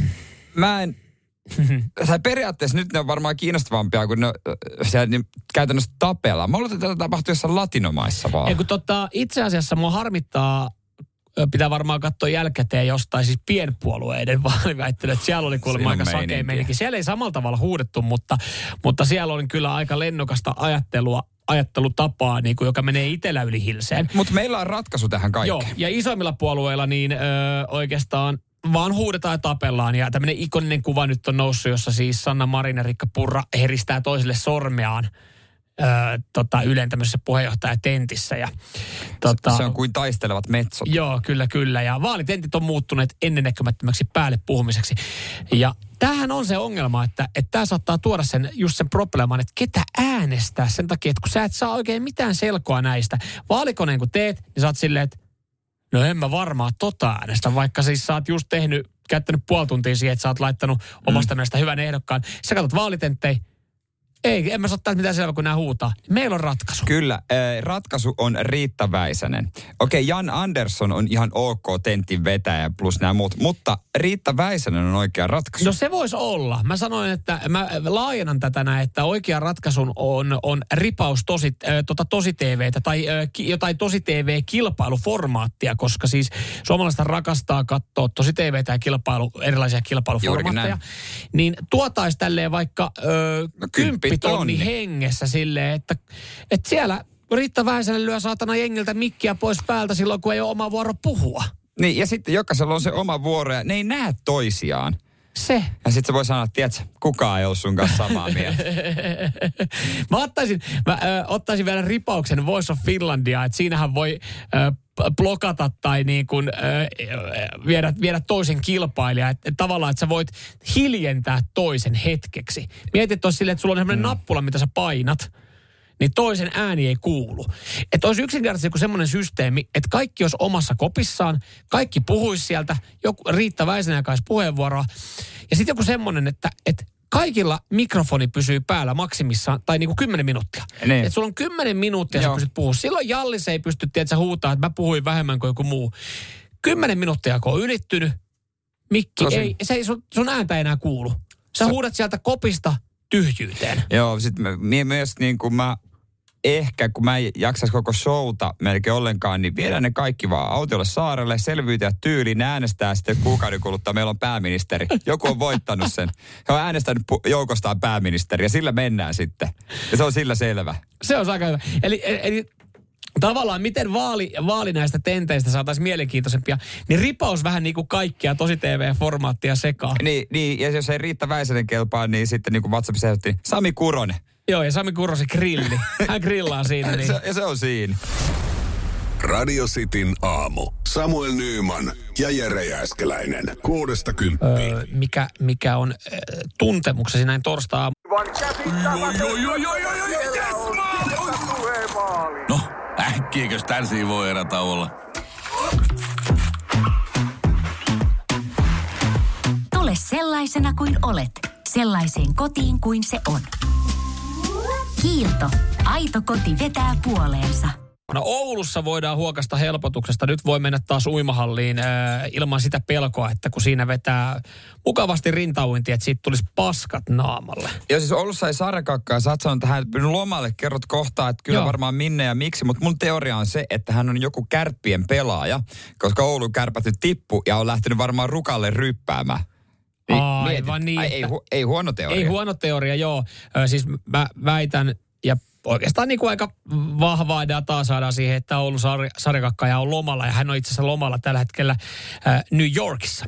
mä en... Tai periaatteessa nyt ne on varmaan kiinnostavampia, kun ne siellä niin käytännössä tapellaan. Mä luulen, että tätä tapahtuu jossain latinomaissa vaan. Ei, kun tota, itse asiassa mua harmittaa, pitää varmaan katsoa jälkikäteen jostain siis pienpuolueiden vaaliväittelyä. Siellä oli kuulemma aika sakea meininki. Siellä ei samalla tavalla huudettu, mutta, mutta siellä oli kyllä aika lennokasta ajattelua. ajattelutapaa, niin kuin, joka menee itsellä yli hilseen. Mutta meillä on ratkaisu tähän kaikkeen. Joo, ja isoimmilla puolueilla niin ö, oikeastaan vaan huudetaan ja tapellaan. Ja tämmöinen ikoninen kuva nyt on noussut, jossa siis Sanna Marin ja Riikka Purra heristää toiselle sormeaan ö, tota, Ylen tämmöisessä puheenjohtajatentissä. Ja, tota, se on kuin taistelevat metsot. Joo, kyllä, kyllä. Ja vaalitentit on muuttuneet ennennäkemättömäksi päälle puhumiseksi. Ja tämähän on se ongelma, että, että tämä saattaa tuoda sen, just sen probleeman, että ketä äänestää sen takia, että kun sä et saa oikein mitään selkoa näistä. Vaalikoneen kun teet, niin sä oot silleen, että no en mä varmaan tota äänestä, vaikka siis sä oot just tehnyt, käyttänyt puoli tuntia siihen, että sä oot laittanut omasta mm. näistä hyvän ehdokkaan. Sä katsot vaalitenttei, ei, en mä saa täältä mitään selvä, kun nämä huutaa. Meillä on ratkaisu. Kyllä, äh, ratkaisu on Riitta Väisänen. Okei, Jan Andersson on ihan ok tentin vetäjä plus nämä muut, mutta Riitta Väisänen on oikea ratkaisu. No se voisi olla. Mä sanoin, että mä laajennan tätä näin, että oikea ratkaisun on, on ripaus tosi, äh, tota tosi T V:tä tai äh, ki, jotain tosi T V-kilpailuformaattia, koska siis suomalaiset rakastaa katsoa tosi T V:tä ja kilpailu, erilaisia kilpailuformaatteja. Niin tuotaisi tälleen vaikka äh, no, kymppi tonni hengessä silleen, että, että siellä Riitta Väisänen lyö saatana jengiltä mikkiä pois päältä silloin, kun ei ole oma vuoro puhua. Niin, ja sitten jokaisella on se oma vuoro ja ne ei näe toisiaan. Se. Ja sitten se voi sanoa, että tiedätkö, kukaan ei ole sun kanssa samaa mieltä. mä ottaisin, mä, ö, ottaisin vielä ripauksen Voice of Finlandia, että siinähän voi ö, blokata tai niin kuin, ö, viedä, viedä toisen kilpailijan. Että et tavallaan, että sä voit hiljentää toisen hetkeksi. Mietit olisi silleen, että sulla on sellainen mm. nappula, mitä sä painat, niin toisen ääni ei kuulu. Että olisi yksinkertaisesti joku semmoinen systeemi, että kaikki olisi omassa kopissaan, kaikki puhuisi sieltä, joku Riitta Väisänen jakaisi puheenvuoroa. Ja sitten joku semmoinen, että, että kaikilla mikrofoni pysyy päällä maksimissaan, tai niin kuin kymmenen minuuttia. Niin. Että sulla on kymmenen minuuttia, sä pystyt puhua. Silloin Jallis ei pysty, tiedätkö, huutaa, että mä puhuin vähemmän kuin joku muu. Kymmenen minuuttia, kun on ylittynyt, mikki Tosin. ei, se ei sun, sun ääntä ei enää kuulu. Sä se... huudat sieltä kopista tyhjyyteen. Joo, sitten myös niin kuin mä ehkä, kun mä en jaksaisi koko showta melkein ollenkaan, niin viedään ne kaikki vaan autiolle saarelle, selviytyä tyyliin, äänestää sitten kuukauden kuluttua. Meillä on pääministeri. Joku on voittanut sen. He on äänestänyt joukostaan pääministeri ja sillä mennään sitten. Ja se on sillä selvä. Se on aika hyvä. Eli, eli tavallaan miten vaali, vaali näistä tenteistä saataisiin mielenkiintoisempia, niin ripaus vähän niin kuin kaikkia tosi T V-formaattia sekaan. Niin, niin, ja jos ei Riitta Väisänen kelpaa, niin sitten niin kuin WhatsAppissa ehdotti, Sami Kuronen. Joo, ja Sami Kurosen grilli. Hän grillaa siinä. Niin. Se, ja se on siinä. Radio Cityn aamu. Samuel Nyyman ja Jere Jääskeläinen. Kuudesta kymppiin. Öö, mikä, mikä on äh, tuntemuksesi näin torstaa? No, äkkiäkös tän voi erätä olla? Tule sellaisena kuin olet, sellaiseen kotiin kuin se on. Kiilto. Aito koti vetää puoleensa. No Oulussa voidaan huokasta helpotuksesta. Nyt voi mennä taas uimahalliin äh, ilman sitä pelkoa, että kun siinä vetää mukavasti rintauintia, että siitä tulisi paskat naamalle. Joo, siis Oulussa ei sarekakkaa. Sä oot sanonut tähän lomalle, kerrot kohtaa, että kyllä Joo. varmaan minne ja miksi. Mutta mun teoria on se, että hän on joku Kärppien pelaaja, koska Oulun Kärpät nyt tippu ja on lähtenyt varmaan rukalle ryppäämään. Niin, Aivan niin. Ai, ei, hu, ei huono teoria. Ei huono teoria, joo. Ö, siis mä väitän, ja oikeastaan niin kuin aika vahvaa dataa saadaan siihen, että Oulun sar- sarjakakkaja on lomalla, ja hän on itse asiassa lomalla tällä hetkellä äh, New Yorkissa.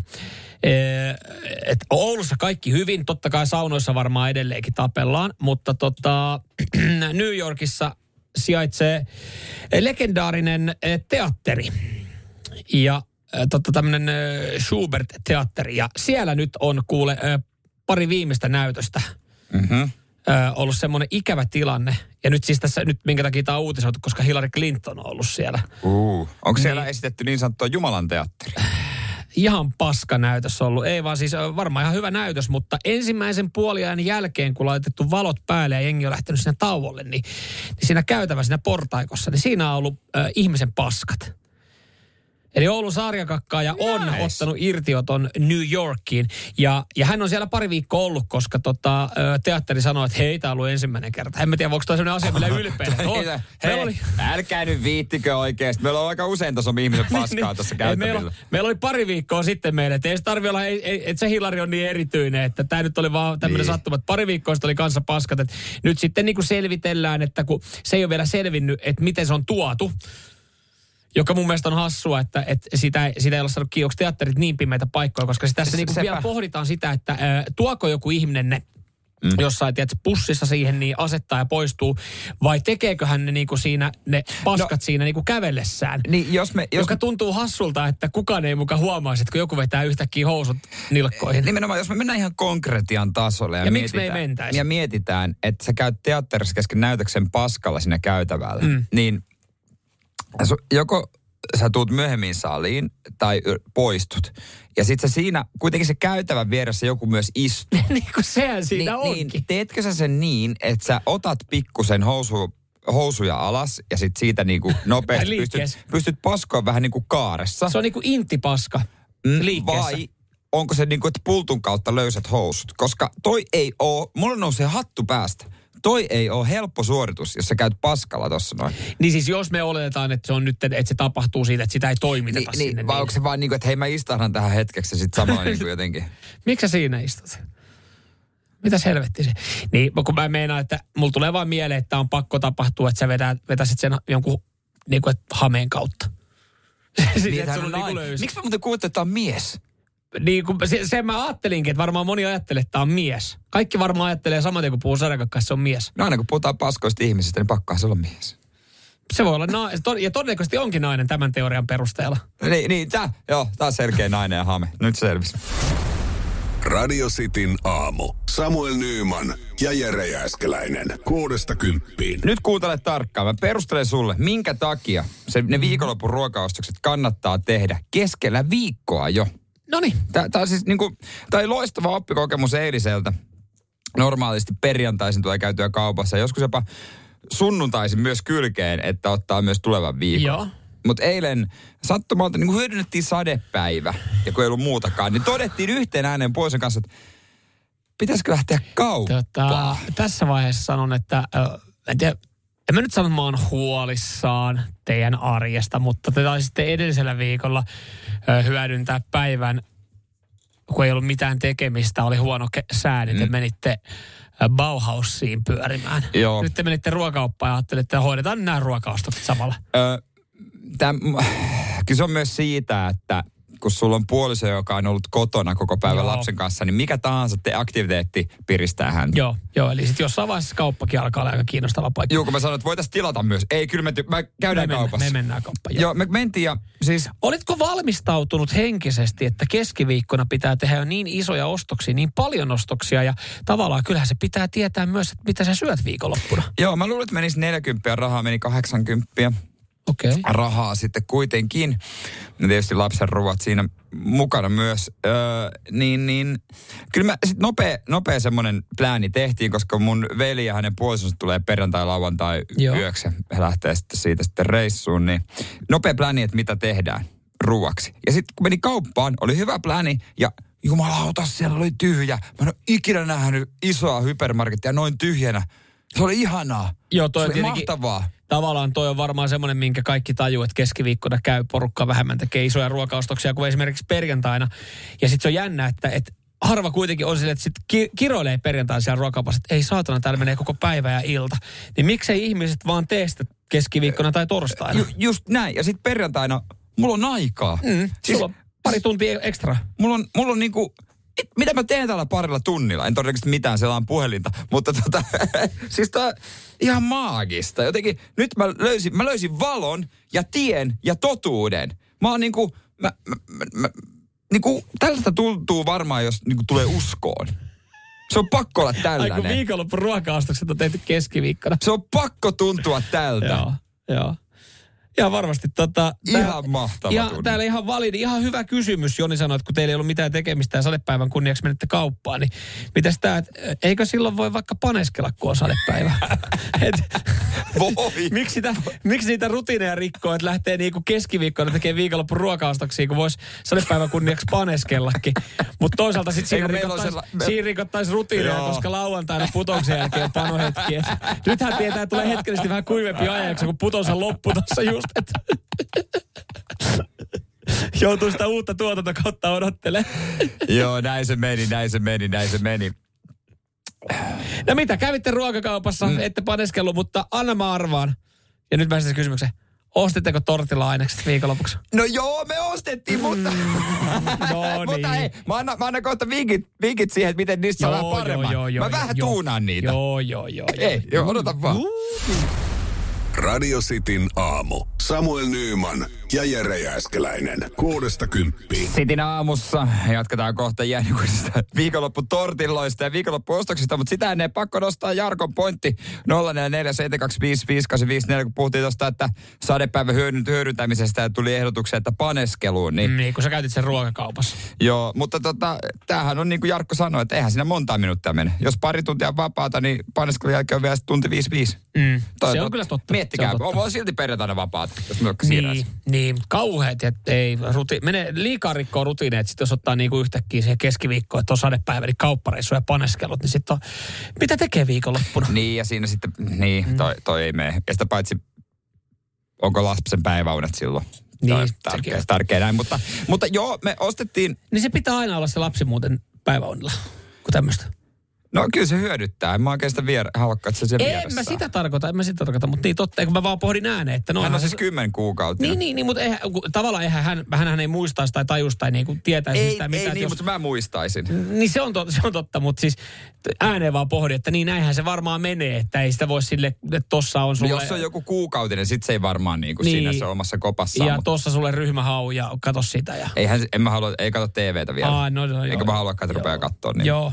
Et Oulussa kaikki hyvin, totta kai saunoissa varmaan edelleenkin tapellaan, mutta tota, New Yorkissa sijaitsee legendaarinen teatteri. Ja totta tämmöinen Schubert-teatteri. Ja siellä nyt on kuule pari viimeistä näytöstä. Mm-hmm. Ollut semmoinen ikävä tilanne. Ja nyt siis tässä, nyt minkä takia tämä on uutisoitu, koska Hillary Clinton on ollut siellä. Uh, onko siellä niin, esitetty niin sanottua Jumalan teatteri? Ihan paska näytös ollut. Ei vaan siis varmaan ihan hyvä näytös, mutta ensimmäisen puoliajan jälkeen, kun laitettu valot päälle ja jengi on lähtenyt sinne tauolle, niin, niin siinä käytävä, siinä portaikossa, niin siinä on ollut äh, ihmisen paskat. Eli Oulun sarjakakkaaja on nice. ottanut irtioton New Yorkiin. Ja, ja hän on siellä pari viikkoa ollut, koska tota, teatteri sanoi, että hei, tämä on ollut ensimmäinen kerta. En mä tiedä, voiko toi sellainen asia, millä ylpeä. Hei, hei oli... älkää nyt viittikö oikeasti. Meillä on aika usein tuossa ihmisen paskaa tuossa käyttävillä. Meillä, meillä oli pari viikkoa sitten meille, että ei se tarvitse olla, ei, ei, että se Hillary on niin erityinen, että tämä nyt oli vaan tämmöinen niin. sattuma. Pari viikkoa sitten oli kanssa paskat. Että nyt sitten niin kuin selvitellään, että kun se ei ole vielä selvinnyt, että miten se on tuotu. Joka mun mielestä on hassua, että, että sitä, sitä ei ole saanut kiinni, onko teatterit niin pimeitä paikkoja, koska tässä niinku vielä pohditaan sitä, että äh, tuoko joku ihminen ne mm. jossain tiedätkö, pussissa siihen niin asettaa ja poistuu, vai tekeekö hän ne niinku siinä, ne paskat no, siinä niinku kävellessään. Niin, jos me, jos joka tuntuu hassulta, että kukaan ei muka huomaisi, että kun joku vetää yhtäkkiä housut nilkkoihin. Nimenomaan, jos me mennään ihan konkretian tasolle ja, ja miksi me ei mentäisi? Ja mietitään, että sä käyt teatterissa kesken näytöksen paskalla siinä käytävällä, mm. niin joko sä tuut myöhemmin saliin tai poistut. Ja sit sä siinä, kuitenkin se käytävän vieressä joku myös istuu. Niin kuin sehän siinä niin, onkin. Niin, teetkö sä sen niin, että sä otat pikkusen housu, housuja alas ja sit siitä niinku nopeasti pystyt, pystyt paskoon vähän niinku kaaressa. Se on niinku intipaska liikkeessä. Vai onko se niinku, että pultun kautta löysät housut? Koska toi ei oo, mulla nousee hattu päästä. Toi ei ole helppo suoritus, jos sä käyt paskalla tossa noin. Niin siis jos me oletetaan, että se on nyt, että se tapahtuu siitä, että sitä ei toimiteta Ni, sinne. Niin, vai onko se vaan niin kuin, että hei mä istahdan tähän hetkeksi ja sit samalla niin kuin jotenkin. Miksi sä siinä istut? Mitäs helvetti se? Niin, kun mä meinaan, että mulla tulee vaan mieleen, että on pakko tapahtua, että sä vetää, vetäisit sen jonkun niin kuin, että hameen kautta. siis, niin, että on niin miksi mä muuten kuuntelen, että on mies? Niin kuin se, se mä ajattelinkin, että varmaan moni ajattelee, että tämä on mies. Kaikki varmaan ajattelee samaten, kun puhuu sarjakakkaassa, se on mies. No aina kun puhutaan paskoista ihmisistä, niin pakkaa se olla mies. Se voi olla nainen, ja todennäköisesti onkin nainen tämän teorian perusteella. Niin, niin tää, joo, tää on selkeä nainen ja hame. Nyt selvisi. Radio Cityn aamu. Samuel Nyyman ja Jere Jääskeläinen. Kuudesta kymppiin. Nyt kuuntele tarkkaan. Mä perustelen sulle, minkä takia se, ne viikonlopun ruokaostokset kannattaa tehdä keskellä viikkoa jo. Noniin. Tämä on siis niinku, tää oli loistava oppikokemus eiliseltä. Normaalisti perjantaisin tulee käytyä kaupassa. Joskus jopa sunnuntaisin myös kylkeen, että ottaa myös tulevan viikon. Joo. Mutta eilen sattumalta niin hyödynnettiin sadepäivä, ja kun ei ollut muutakaan, niin todettiin yhteen ääneen poisen kanssa, että pitäisikö lähteä kauppaan? Tota, tässä vaiheessa sanon, että äh, en tiedä, en mä nyt sano, että mä oon huolissaan teidän arjesta, mutta te taisitte edellisellä viikolla äh, hyödyntää päivän, kun ei ollut mitään tekemistä, oli huono ke- sää, niin te mm. menitte äh, Bauhausiin pyörimään. Joo. Nyt te menitte ruokakauppaan ja ajattelitte, että hoidetaan nämä ruokaostokset samalla. Öö, Tämä, kyllä se on myös siitä, että kun sulla on puoliso, joka on ollut kotona koko päivän Joo. lapsen kanssa, niin mikä tahansa te aktiviteetti piristää häntä. Joo, joo, eli sitten jossain vaiheessa kauppakin alkaa olla aika kiinnostava paikka. Joo, kun mä sanoin, että voitaisiin tilata myös. Ei, kyllä me, ty- mä käydään me kaupassa. Mennään, me mennään kauppaan. Joo, me mentiin ja siis... Olitko valmistautunut henkisesti, että keskiviikkona pitää tehdä jo niin isoja ostoksia, niin paljon ostoksia ja tavallaan kyllähän se pitää tietää myös, että mitä sä syöt viikonloppuna. Joo, mä luulen, että menisi neljäkymppiä rahaa, meni kahdeksankymppiä. Okei. Okay. Rahaa sitten kuitenkin. Ja tietysti lapsen ruuat siinä mukana myös. Öö, niin, niin, kyllä mä sitten nopea, nopea semmoinen plääni tehtiin, koska mun veli ja hänen puolisonsa tulee perjantai, lauantai Joo. yöksi. He lähtee sitten siitä sitten reissuun. Niin nopea plääni, että mitä tehdään ruuaksi. Ja sitten kun meni kauppaan, oli hyvä plääni ja jumalauta, siellä oli tyhjä. Mä en ole ikinä nähnyt isoa hypermarkettia noin tyhjänä. Se oli ihanaa. Joo, toi se oli tietenkin- mahtavaa. Tavallaan toi on varmaan semmoinen, minkä kaikki tajuu, että keskiviikkona käy porukka vähemmän, tekee isoja ruokaostoksia kuin esimerkiksi perjantaina. Ja sitten se on jännä, että, että harva kuitenkin on sille, että sit ki- kiroilee perjantaina siellä ruokaupassa, että ei saatana, täällä menee koko päivä ja ilta. Niin miksei ihmiset vaan tee sitä keskiviikkona tai torstaina? Ju, just näin. Ja sitten perjantaina mulla on aikaa. Mm, Siis, sulla on pari tuntia ekstra. mulla on, mulla on niinku... It, mitä mä teen tällä parilla tunnilla? En todennäköisesti mitään, siellä on puhelinta. Mutta tota, siis tää on ihan maagista. Jotenkin nyt mä löysin, mä löysin valon ja tien ja totuuden. Mä oon niinku... Mä, mä, mä, mä, niinku tällaista tuntuu varmaan, jos niinku tulee uskoon. Se on pakko olla Ai kun tällainen. viikonloppu ruokaostokset on tehty keskiviikkona. Se on pakko tuntua tältä. Joo, joo. Ihan varmasti. Tota, Ihan mahtava ja tunne. täällä ihan validi, ihan hyvä kysymys. Joni sanoi, että kun teillä ei ollut mitään tekemistä ja sadepäivän kunniaksi menette kauppaan, niin mitäs tää, et, eikö silloin voi vaikka paneskella, kun on sadepäivä? Et, Voi. miksi, sitä, miksi niitä rutiineja rikkoo, että lähtee niinku keskiviikkona tekemään viikonloppun ruokaostoksia, kun voisi sadepäivän kunniaksi paneskellakin. Mutta toisaalta sitten siinä, Eikö meillä on rikottaisi sella- siinä rikottaisi rutiineja, Joo. koska lauantaina putouksen jälkeen on panohetki. Et nythän tietää, että tulee hetkellisesti vähän kuivempi ajanjakso, kun putonsa loppu tuossa just. Et joutuu sitä uutta tuotantokautta odottelemaan. Joo, näin se meni, näin se meni, näin se meni. No mitä, kävitte ruokakaupassa, mm. ette paneskellut, mutta anna mä arvaan. Ja nyt mä esitän kysymyksen. Ostitteko tortilla-ainekset viikonlopuksi? No joo, me ostettiin, mutta... No mutta niin. ei, mä annan, mä annan kohta vinkit, vinkit siihen, että miten niistä saa vähän paremman. joo, joo, mä vähän joo. tuunaan niitä. Joo, joo, joo. Ei, joo, odota vaan. Radio Cityn aamu. Samuel Nyyman ja Jere Jääskeläinen. Kuudesta kymppiin. Sitin aamussa jatketaan kohta jännikusista viikonlopputortilloista ja viikonloppuostoksista, mutta sitä ennen pakko nostaa Jarkon pointti nolla neljä neljä seitsemän kaksi viisi viisi kahdeksan viisi neljä, kun puhuttiin tuosta, että sadepäivän hyödyntämisestä ja tuli ehdotuksia, että paneskeluun. Niin, Niin, kun sä käytit sen ruokakaupassa. joo, mutta tota, tämähän on niin kuin Jarkko sanoi, että eihän siinä monta minuuttia mene. Jos pari tuntia on vapaata, niin paneskelun jälkeen on vielä tunti viisi viisi. Mm. Toi Se on totta. kyllä totta. Miettikää, Se on totta. on silti perjantaina vapaata, jos me vaikka siirräisi. Niin, niin, kauheat, että ei, ruti, menee liikaa rikkoa rutiineet, sitten jos ottaa niinku yhtäkkiä siihen keskiviikkoon, että on sadepäivä, niin kauppareissu ja paneskelut, niin sitten on, mitä tekee viikonloppuna? Niin, ja siinä sitten, niin, toi, toi ei mene. Ja sitä paitsi, onko lapsen päiväunet silloin? Niin, Toi on sekin tärkeä, on. tärkeä näin, mutta, mutta joo, me ostettiin, Niin se pitää aina olla se lapsi muuten päiväunilla, kun tämmöistä. no kyllä se hyödyttää. En mä oikein sitä vier- halua katsoa sen En vieressä. mä sitä tarkoita, en mä sitä tarkoita, mutta niin totta, kun mä vaan pohdin ääneen, että no Hän on onhan siis se- kymmen kuukautta. Niin, niin, niin, mutta eihän, kun tavallaan eihän hän, hän ei muistaisi tai tajuisi tai niinku tietäisi Ei, sitä ei mitään. niin, jos, mutta mä muistaisin. Niin se on, totta, se on totta, mutta siis ääneen vaan pohdin, että niin näinhän se varmaan menee, että ei sitä voi sille, että tossa on No, sulle... jos on joku kuukautinen, sit se ei varmaan niin kuin Niin. siinä se omassa kopassaan. Ja mutta tossa sulle ryhmähau ja kato sitä. Ja... eihän, se- en mä halua, ei kato T V:tä vielä. Aa, no, no, Eikä joo. mä halua, että rupeaa katsoa. Niin. Joo.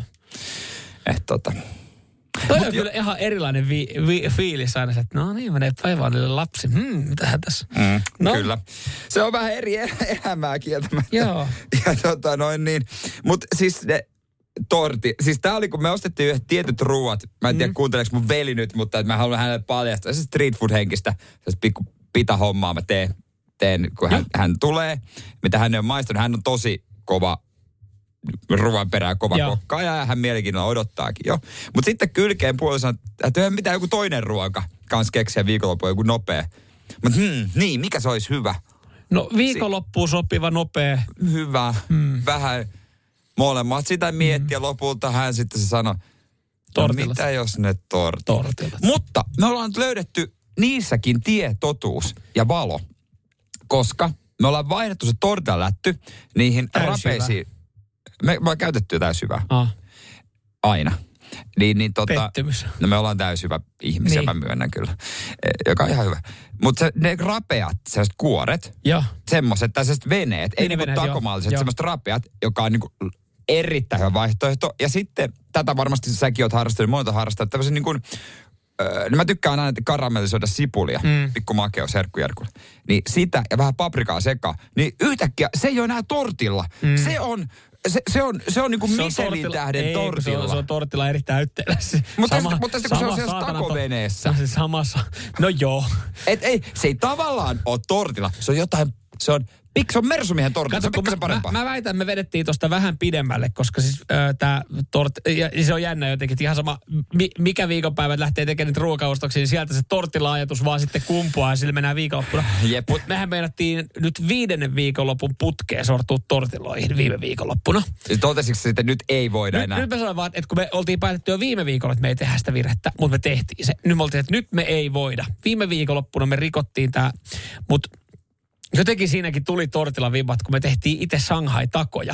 Et, tota. Toi on kyllä ihan erilainen vi, vi, fiilis aina, että no niin, menee päiväunille lapsi. Hmm, mitähän tässä? Mm, No. Kyllä. Se on vähän eri el- elämää kieltämättä. Joo. Ja tota noin niin. Mutta siis ne torti. Siis tää oli, kun me ostettiin yhdet tietyt ruuat. Mä en tiedä, mm. kuunteleeko mun veli nyt, mutta et mä haluan hänelle paljastaa. Se street food henkistä. Se pikku pita hommaa mä teen, teen kun hän, hän tulee. Mitä hän ei ole maistanut. Hän on tosi kova ruoan perään kova Joo. kokka ja hän mielenkiinnolla odottaakin jo. Mutta sitten kylkeen puolella sanoo, että eihän mitään joku toinen ruoka kans keksiä viikonloppuun joku nopea. Mutta hmm, niin, mikä se olisi hyvä? No viikonloppuun sopiva nopea. Hyvä, hmm. vähän molemmat sitä miettiä hmm. lopulta hän sitten se sanoi, no Tortillat. mitä jos ne tortit? Tortillat. Mutta me ollaan nyt löydetty niissäkin tie, totuus ja valo, koska me ollaan vaihdettu se tortilalätty niihin Täysjyvää. rapeisiin. Me, me ollaan käytetty täysjyvää. Ah. Aina. Niin, niin tota, Pettymys. no me ollaan täysjyvä ihmisiä, Niin. mä myönnän kyllä. E, joka on ihan hyvä. Mutta ne rapeat, sellaiset kuoret, Joo. semmoiset, tai sellaiset veneet, ei niinku Veneveneet, joo. takomalliset, Joo. semmoiset rapeat, joka on niinku erittäin hyvä vaihtoehto. Ja sitten, tätä varmasti säkin oot harrastanut, monet on harrastanut, tämmöisen niin kuin, öö, mä tykkään aina karamellisoida sipulia, mm. pikku makeus herkkujärkulla. Niin sitä ja vähän paprikaa sekaan, niin yhtäkkiä se ei ole enää tortilla. Mm. Se on, se, se on, se on niinku Michelin tähden ei, tortilla. Se on, se on tortilla eri täytteellä. Mutta sitten mutta sit, kun se on siellä takoveneessä. Se samassa. No joo. Et ei, se ei tavallaan ole tortilla, se on jotain, se on Pik, se on Mersumiehen tortilla, se on pikkasen parempaa. Mä, mä väitän, me vedettiin tosta vähän pidemmälle, koska siis äh, tää tort, ja, ja se on jännä jotenkin, että ihan sama, mi, mikä viikonpäivät lähtee tekemään niitä ruokaostoksia, niin sieltä se tortilla-ajatus vaan sitten kumpuaa ja sillä mennään viikonloppuna. Jep. Mut mehän meinattiin nyt viidennen viikonlopun putkeen sortua tortilloihin viime viikonloppuna. Totesitko se, että nyt ei voida Nyt, enää? nyt me sanoin vaan, että kun me oltiin päätetty jo viime viikolla, että me ei tehdä sitä virhettä, mutta me tehtiin se. Nyt me oltiin, että nyt me ei voida. Viime viikonloppuna me rikottiin tää, mutta jotenkin siinäkin tuli tortilla vibat, kun me tehtiin itse Shanghai-takoja.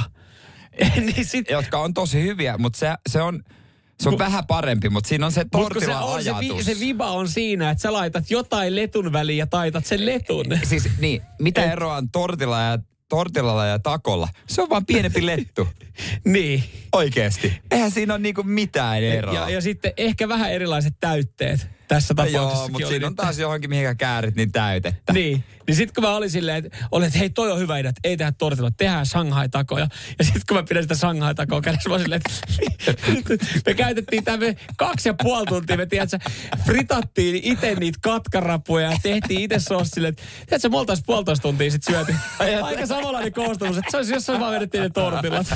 niin sit, Jotka on tosi hyviä, mutta se, se on, se on Mut- vähän parempi, mutta siinä on se mut kun se, on, se, tortilla-ajatus. vi, se viba on siinä, että sä laitat jotain letun väliin ja taitat sen letun. Siis niin, mitä Et- eroa on tortilla ja, tortillalla ja takolla? Se on vaan pienempi lettu. niin. Oikeesti. Eihän siinä ole niinku mitään eroa. Ja, ja sitten ehkä vähän erilaiset täytteet tässä No tapauksessa. joo, mutta siinä on taas johonkin, mihinkä käärit, niin täytettä. Niin, niin sitten kun mä olin silleen, että, olin, että hei toi on hyvä idea, että ei tehdä tortilla, tehdään Shanghai-takoja. Ja sitten kun mä pidän sitä Shanghai-takoa kädessä, mä olin silleen, että me käytettiin tämmöinen kaksi ja puoli tuntia, me tiedätkö, fritattiin itse niitä katkarapuja ja tehtiin itse sossille. Tiedätkö, me oltaisiin puolitoista tuntia sitten syöty. Aika samanlainen koostumus, että se olisi jossain vaan vedettiin ne tortillat.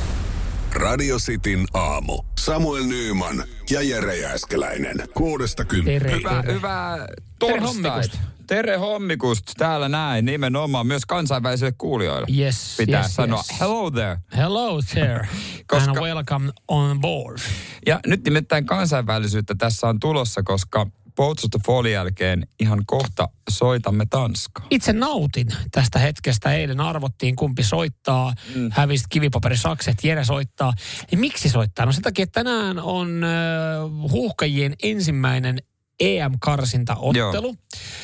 Radio Cityn aamu. Samuel Nyyman ja Jere Jääskeläinen. Kuudesta kymppiin. Tere. Hyvä, hyvää Tere torstaita. hommikusta. Tere hommikusta. Täällä näin nimenomaan myös kansainvälisille kuulijoille. Yes, Pitää yes, sanoa yes. hello there. Hello there, Koska- and welcome on board. Ja nyt nimittäin kansainvälisyyttä tässä on tulossa, koska Poutsusta Folin jälkeen ihan kohta soitamme Tanskaa. Itse nautin tästä hetkestä. Eilen arvottiin, kumpi soittaa. Mm. Hävisi kivipaperisakset, Jere soittaa. Ja miksi soittaa? No sen takia, että tänään on äh, huuhkajien ensimmäinen E M-karsintaottelu.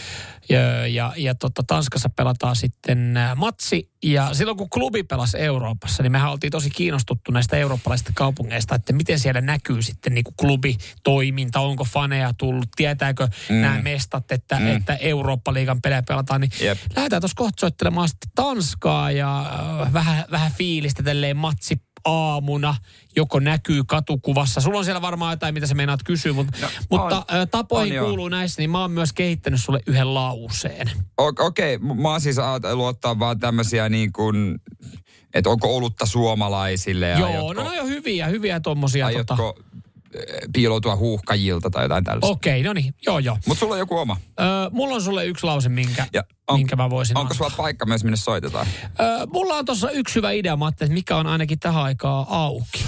Ja, ja, ja tota, Tanskassa pelataan sitten äh, matsi. Ja silloin kun klubi pelasi Euroopassa, niin mehän oltiin tosi kiinnostuttu näistä eurooppalaisista kaupungeista, että miten siellä näkyy sitten niin kuin klubitoiminta, onko faneja tullut, tietääkö mm. nämä mestat, että, mm. että Eurooppa-liigan pelejä pelataan. Niin Jep. lähdetään tuossa kohta soittelemaan sitten Tanskaa ja äh, vähän, vähän fiilistä tälleen matsi aamuna, joko näkyy katukuvassa. Sulla on siellä varmaan jotain, mitä sä meinaat kysyä, mutta, No, mutta on. äh, tapoihin On, kuuluu näissä, niin mä oon myös kehittänyt sulle yhden lauseen. O- Okei, okay. mä oon siis ajatellut ottaa vaan tämmöisiä niin kuin, että onko olutta suomalaisille ja Joo, aiotko, no ne on jo hyviä, hyviä tommosia. aiotko Tota. eh, piiloutua huuhkajilta tai jotain tällaista. Okei, no niin, joo joo. Mutta sulla on joku oma. Öö, mulla on sulle yksi lause, minkä, Ja on, minkä mä voisin Onko antaa. sulla paikka myös, minne soitetaan? Öö, mulla on tuossa yksi hyvä idea, mä ajattelin, että mikä on ainakin tähän aikaan auki.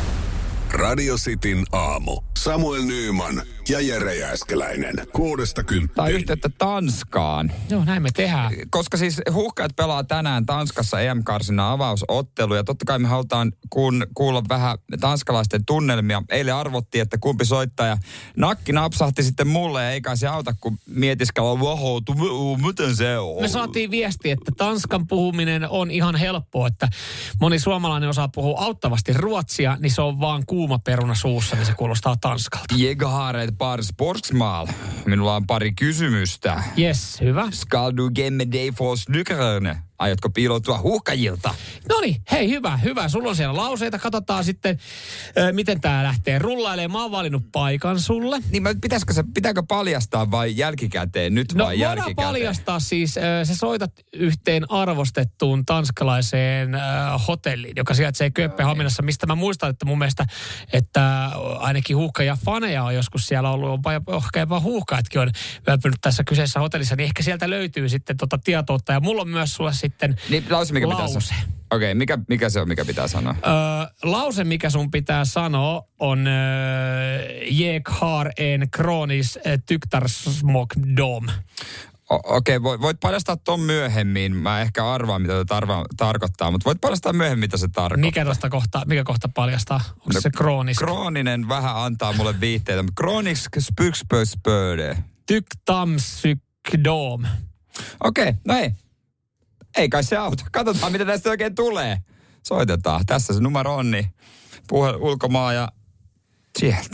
Radio Cityn aamu. Samuel Nyyman ja Jere Jääskeläinen. Kuudesta Tai kymppiin. yhteyttä Tanskaan. Joo, näin me tehdään. Koska siis huuhkajat pelaa tänään Tanskassa E M-karsinnan avausottelu ja totta kai me halutaan kuun, kuulla vähän tanskalaisten tunnelmia. Eilen arvottiin, että kumpi soittaa ja nakki napsahti sitten mulle ja eikä se auta, kun mietiskellä, wow, tu- miten se on? Me saatiin viesti, että Tanskan puhuminen on ihan helppoa, että moni suomalainen osaa puhua auttavasti ruotsia, niin se on vaan kuuma peruna suussa, niin se kuulostaa tanskalta. Jägaret par sportsmal. Minulla on pari kysymystä. Yes, hyvä. Skal du gemme dig for snykkerne? Aiotko piiloutua huuhkajilta? No niin, hei hyvä, hyvä. Sulla on siellä lauseita. Katsotaan sitten, äh, miten tää lähtee rullailemaan. Mä oon valinnut paikan sulle. Niin mä- pitäisikö se, pitääkö paljastaa vai jälkikäteen? Nyt No vai voidaan jälkikäteen? paljastaa siis, äh, sä soitat yhteen arvostettuun tanskalaiseen äh, hotelliin, joka sijaitsee Kööpenhaminassa, mistä mä muistan, että mun mielestä, että ainakin huuhkaja faneja on joskus siellä ollut, onpa ehkä jopa huuhkajatkin on yöpynyt tässä kyseisessä hotellissa, niin ehkä sieltä löytyy sitten tota tietoutta. Ja mulla on myös sulle sitten Niin, lause, mikä pitää lause. sanoa. Okei, okay, mikä, mikä se on, mikä pitää sanoa? Öö, lause, mikä sun pitää sanoa, on öö, Jeg har en kronis tyktarsmokdom. O- Okei, okay, voit paljastaa ton myöhemmin. Mä ehkä arvaan, mitä se tarva- tarkoittaa, mutta voit paljastaa myöhemmin, mitä se tarkoittaa. Mikä tosta kohta, mikä kohta paljastaa? Onko no, se kroonisk? Krooninen vähän antaa mulle viitteitä. Kroonisk spykspöspöde. Tyk tam sykdom. Okei, okay, no ei. Ei kai se auta. Katsotaan, mitä tästä oikein tulee. Soitetaan. Tässä se numero on, niin puhe ulkomaan ja sieltä.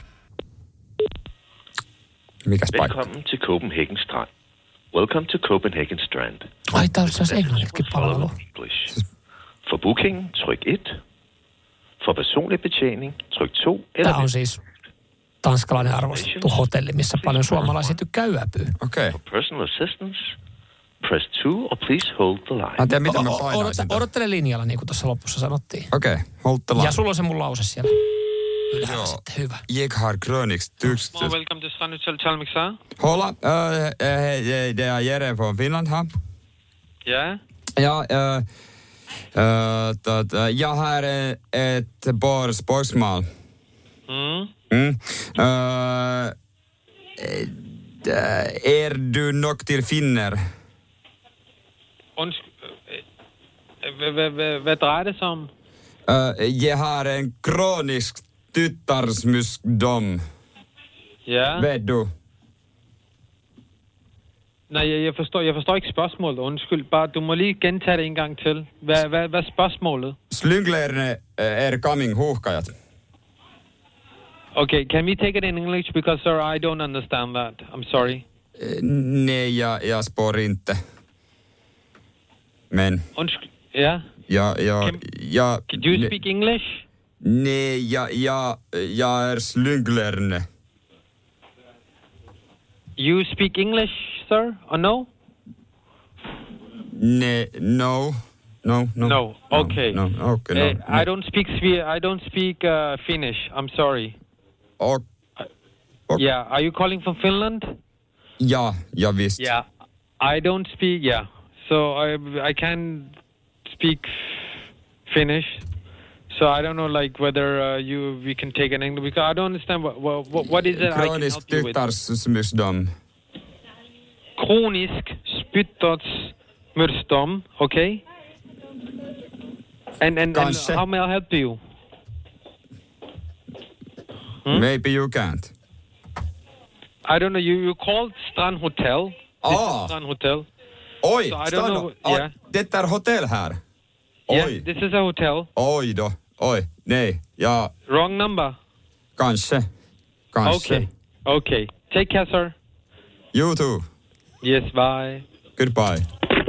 Mikäs paikka? Welcome to Copenhagen Strand. Welcome to Copenhagen Strand. Ai, tää olisi englannitkin palvelu. For booking, tryk et. For personlig betjening, tryk to. Tää on siis tanskalainen arvostettu hotelli, missä paljon suomalaisia tykkää yöpyä. Okei. Okay. For personal assistance, press two or please hold the line. Mä en tiedä, mitä mä painaisin. Odottele, odottele linjalla, niin kuin tuossa lopussa sanottiin. Okei, okay. Hold the line. Ja sulla on se mun lause siellä. Ylhäällä sitten, hyvä. Jeg har kronisk tyks. Oh, welcome to Strand Hotel Chalmixar. Hola, äh, äh, det er Jere från Finland här. Ja? Ja, äh, äh, tot, äh, jag har ett par spörsmål. Mm. Mm. Äh, äh, är du nog till finner? Undskyld. Hvad drejer det sig om? Uh, jeg har en kronisk tyttarsmysdom. Ja? Vet du? Nej, jeg, jeg, forstår, jeg forstår ikke spørgsmålet. Undskyld. Bare, du må lige gentage det en gang til. Hvad, hvad, hvad er spørgsmålet? Slynglerne er coming, huuhkajat. Okay, can we take it in English? Because, sir, I don't understand that. I'm sorry. Uh, nej, jag, jag spår inte. Men... Undskyld. Ja? Ja, ja, Can, ja... Can you speak ne, English? Nej, ja, ja, jag är slynglerne. You speak English, sir, or no? Nej, no. No, no. No, okay. No, no okay, no, uh, no. I don't speak Swe- I don't speak uh, Finnish. I'm sorry. Och, och, Yeah, are you calling from Finland? ja, ja visst. Yeah, I don't speak, yeah. So I I can speak Finnish. So I don't know, like, whether uh, you we can take an English, because I don't understand what what, what is it Kronisk I can help you with. tyttarsmysdom. Kronisk spyttotsmyrsdom, okay? And, and, and how may I help you? Hmm? Maybe you can't. I don't know. You you called Strand Hotel. Oh. Strand Hotel. Oj, so I don't Strand, know. oh, Yeah. det är hotell här. Yeah, Oj. this is a hotel. Oj då. Oj, nej. Ja. Wrong number. Kanske. Kanske. Okay. Okay. Take care, sir. You too. Yes, bye. Goodbye.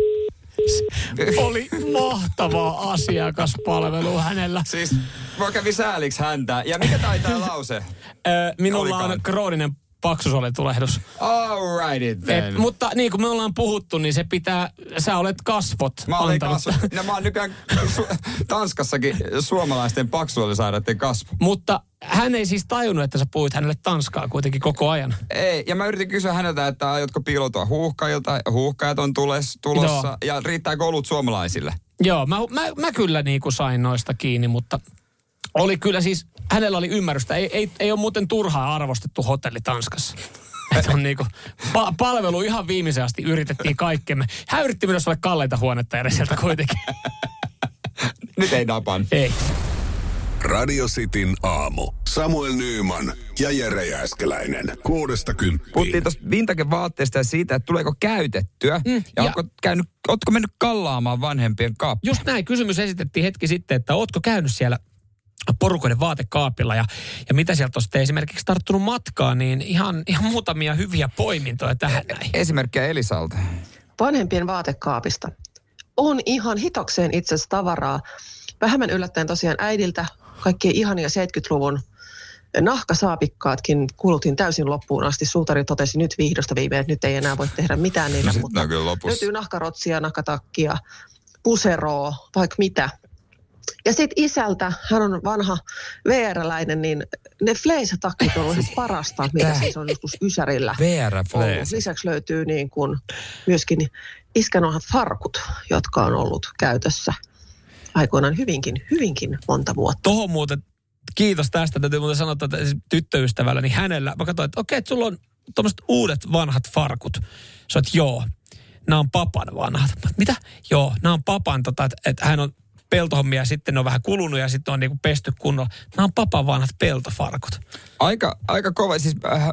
Oli mahtavaa asiakaspalvelu hänellä. Siis mä kävin sääliksi häntä. Ja mikä taitaa lause? Minulla Olikaan. on krooninen paksusoletulehdus. All right it then. Et, mutta niin kuin me ollaan puhuttu, niin se pitää, sä olet kasvot Mä olen antanut. kasvu. No, mä oon nykyään su- Tanskassakin suomalaisten paksuolisairaiden kasvu. Mutta hän ei siis tajunnut, että sä puhuit hänelle tanskaa kuitenkin koko ajan. Ei, ja mä yritin kysyä häneltä, että aiotko piiloutua huuhkajilta. Huuhkajat on tules, tulossa. Joo. Ja riittääkö olut suomalaisille? Joo, mä, mä, mä kyllä niin kuin sain noista kiinni, mutta oli kyllä siis, hänellä oli ymmärrystä. Ei, ei, ei ole muuten turhaa arvostettu hotelli Tanskassa. Että on niinku, pa- palvelu ihan viimeisen asti yritettiin kaikkemme. Hän yritti myös olla kalleita huonetta edes sieltä kuitenkin. Nyt ei napan. Ei. Radio Cityn aamu. Samuel Nyyman ja Jere Jääskeläinen. Kuudesta kymppiin. Puhuttiin tuosta vintage-vaatteesta ja siitä, että tuleeko käytettyä. Mm, ja, ja ootko, käynyt, ootko mennyt kallaamaan vanhempien kaappiin? Just näin. Kysymys esitettiin hetki sitten, että ootko käynyt siellä porukoiden vaatekaapilla ja, ja mitä sieltä on sitten esimerkiksi tarttunut matkaan, niin ihan, ihan muutamia hyviä poimintoja tähän näin. Esimerkkiä Elisalta. Vanhempien vaatekaapista. On ihan hitokseen itse asiassa tavaraa. Vähemmän yllättäen tosiaan äidiltä kaikkien ihania seitsemänkymmentäluvun nahkasaapikkaatkin kulutin täysin loppuun asti. Suutari totesi nyt vihdosta viimein, että nyt ei enää voi tehdä mitään niillä, no, mutta löytyy nahkarotsia, nahkatakkia, puseroa, vaikka mitä. Ja sitten isältä, hän on vanha V R-läinen, niin ne fleisatakit on ollut ihan parasta, mitä siis on joskus Ysärillä V R-fleisa. Lisäksi löytyy niin kuin myöskin iskän omat farkut, jotka on ollut käytössä aikoinaan hyvinkin, hyvinkin monta vuotta. Tohon muuten, kiitos tästä, täytyy muuten sanoa, että tyttöystävällä, niin hänellä, mä katsoin, että okei, että sulla on tommoset uudet vanhat farkut. Sä oot, joo, nämä on papan vanhat. Mitä? Joo, nämä on papan, tota, että et hän on peltohommia ja sitten ne on vähän kulunut ja sitten on niinku pesty kunnolla. Nämä on papan vanhat peltofarkut. Aika, aika kova, siis äh,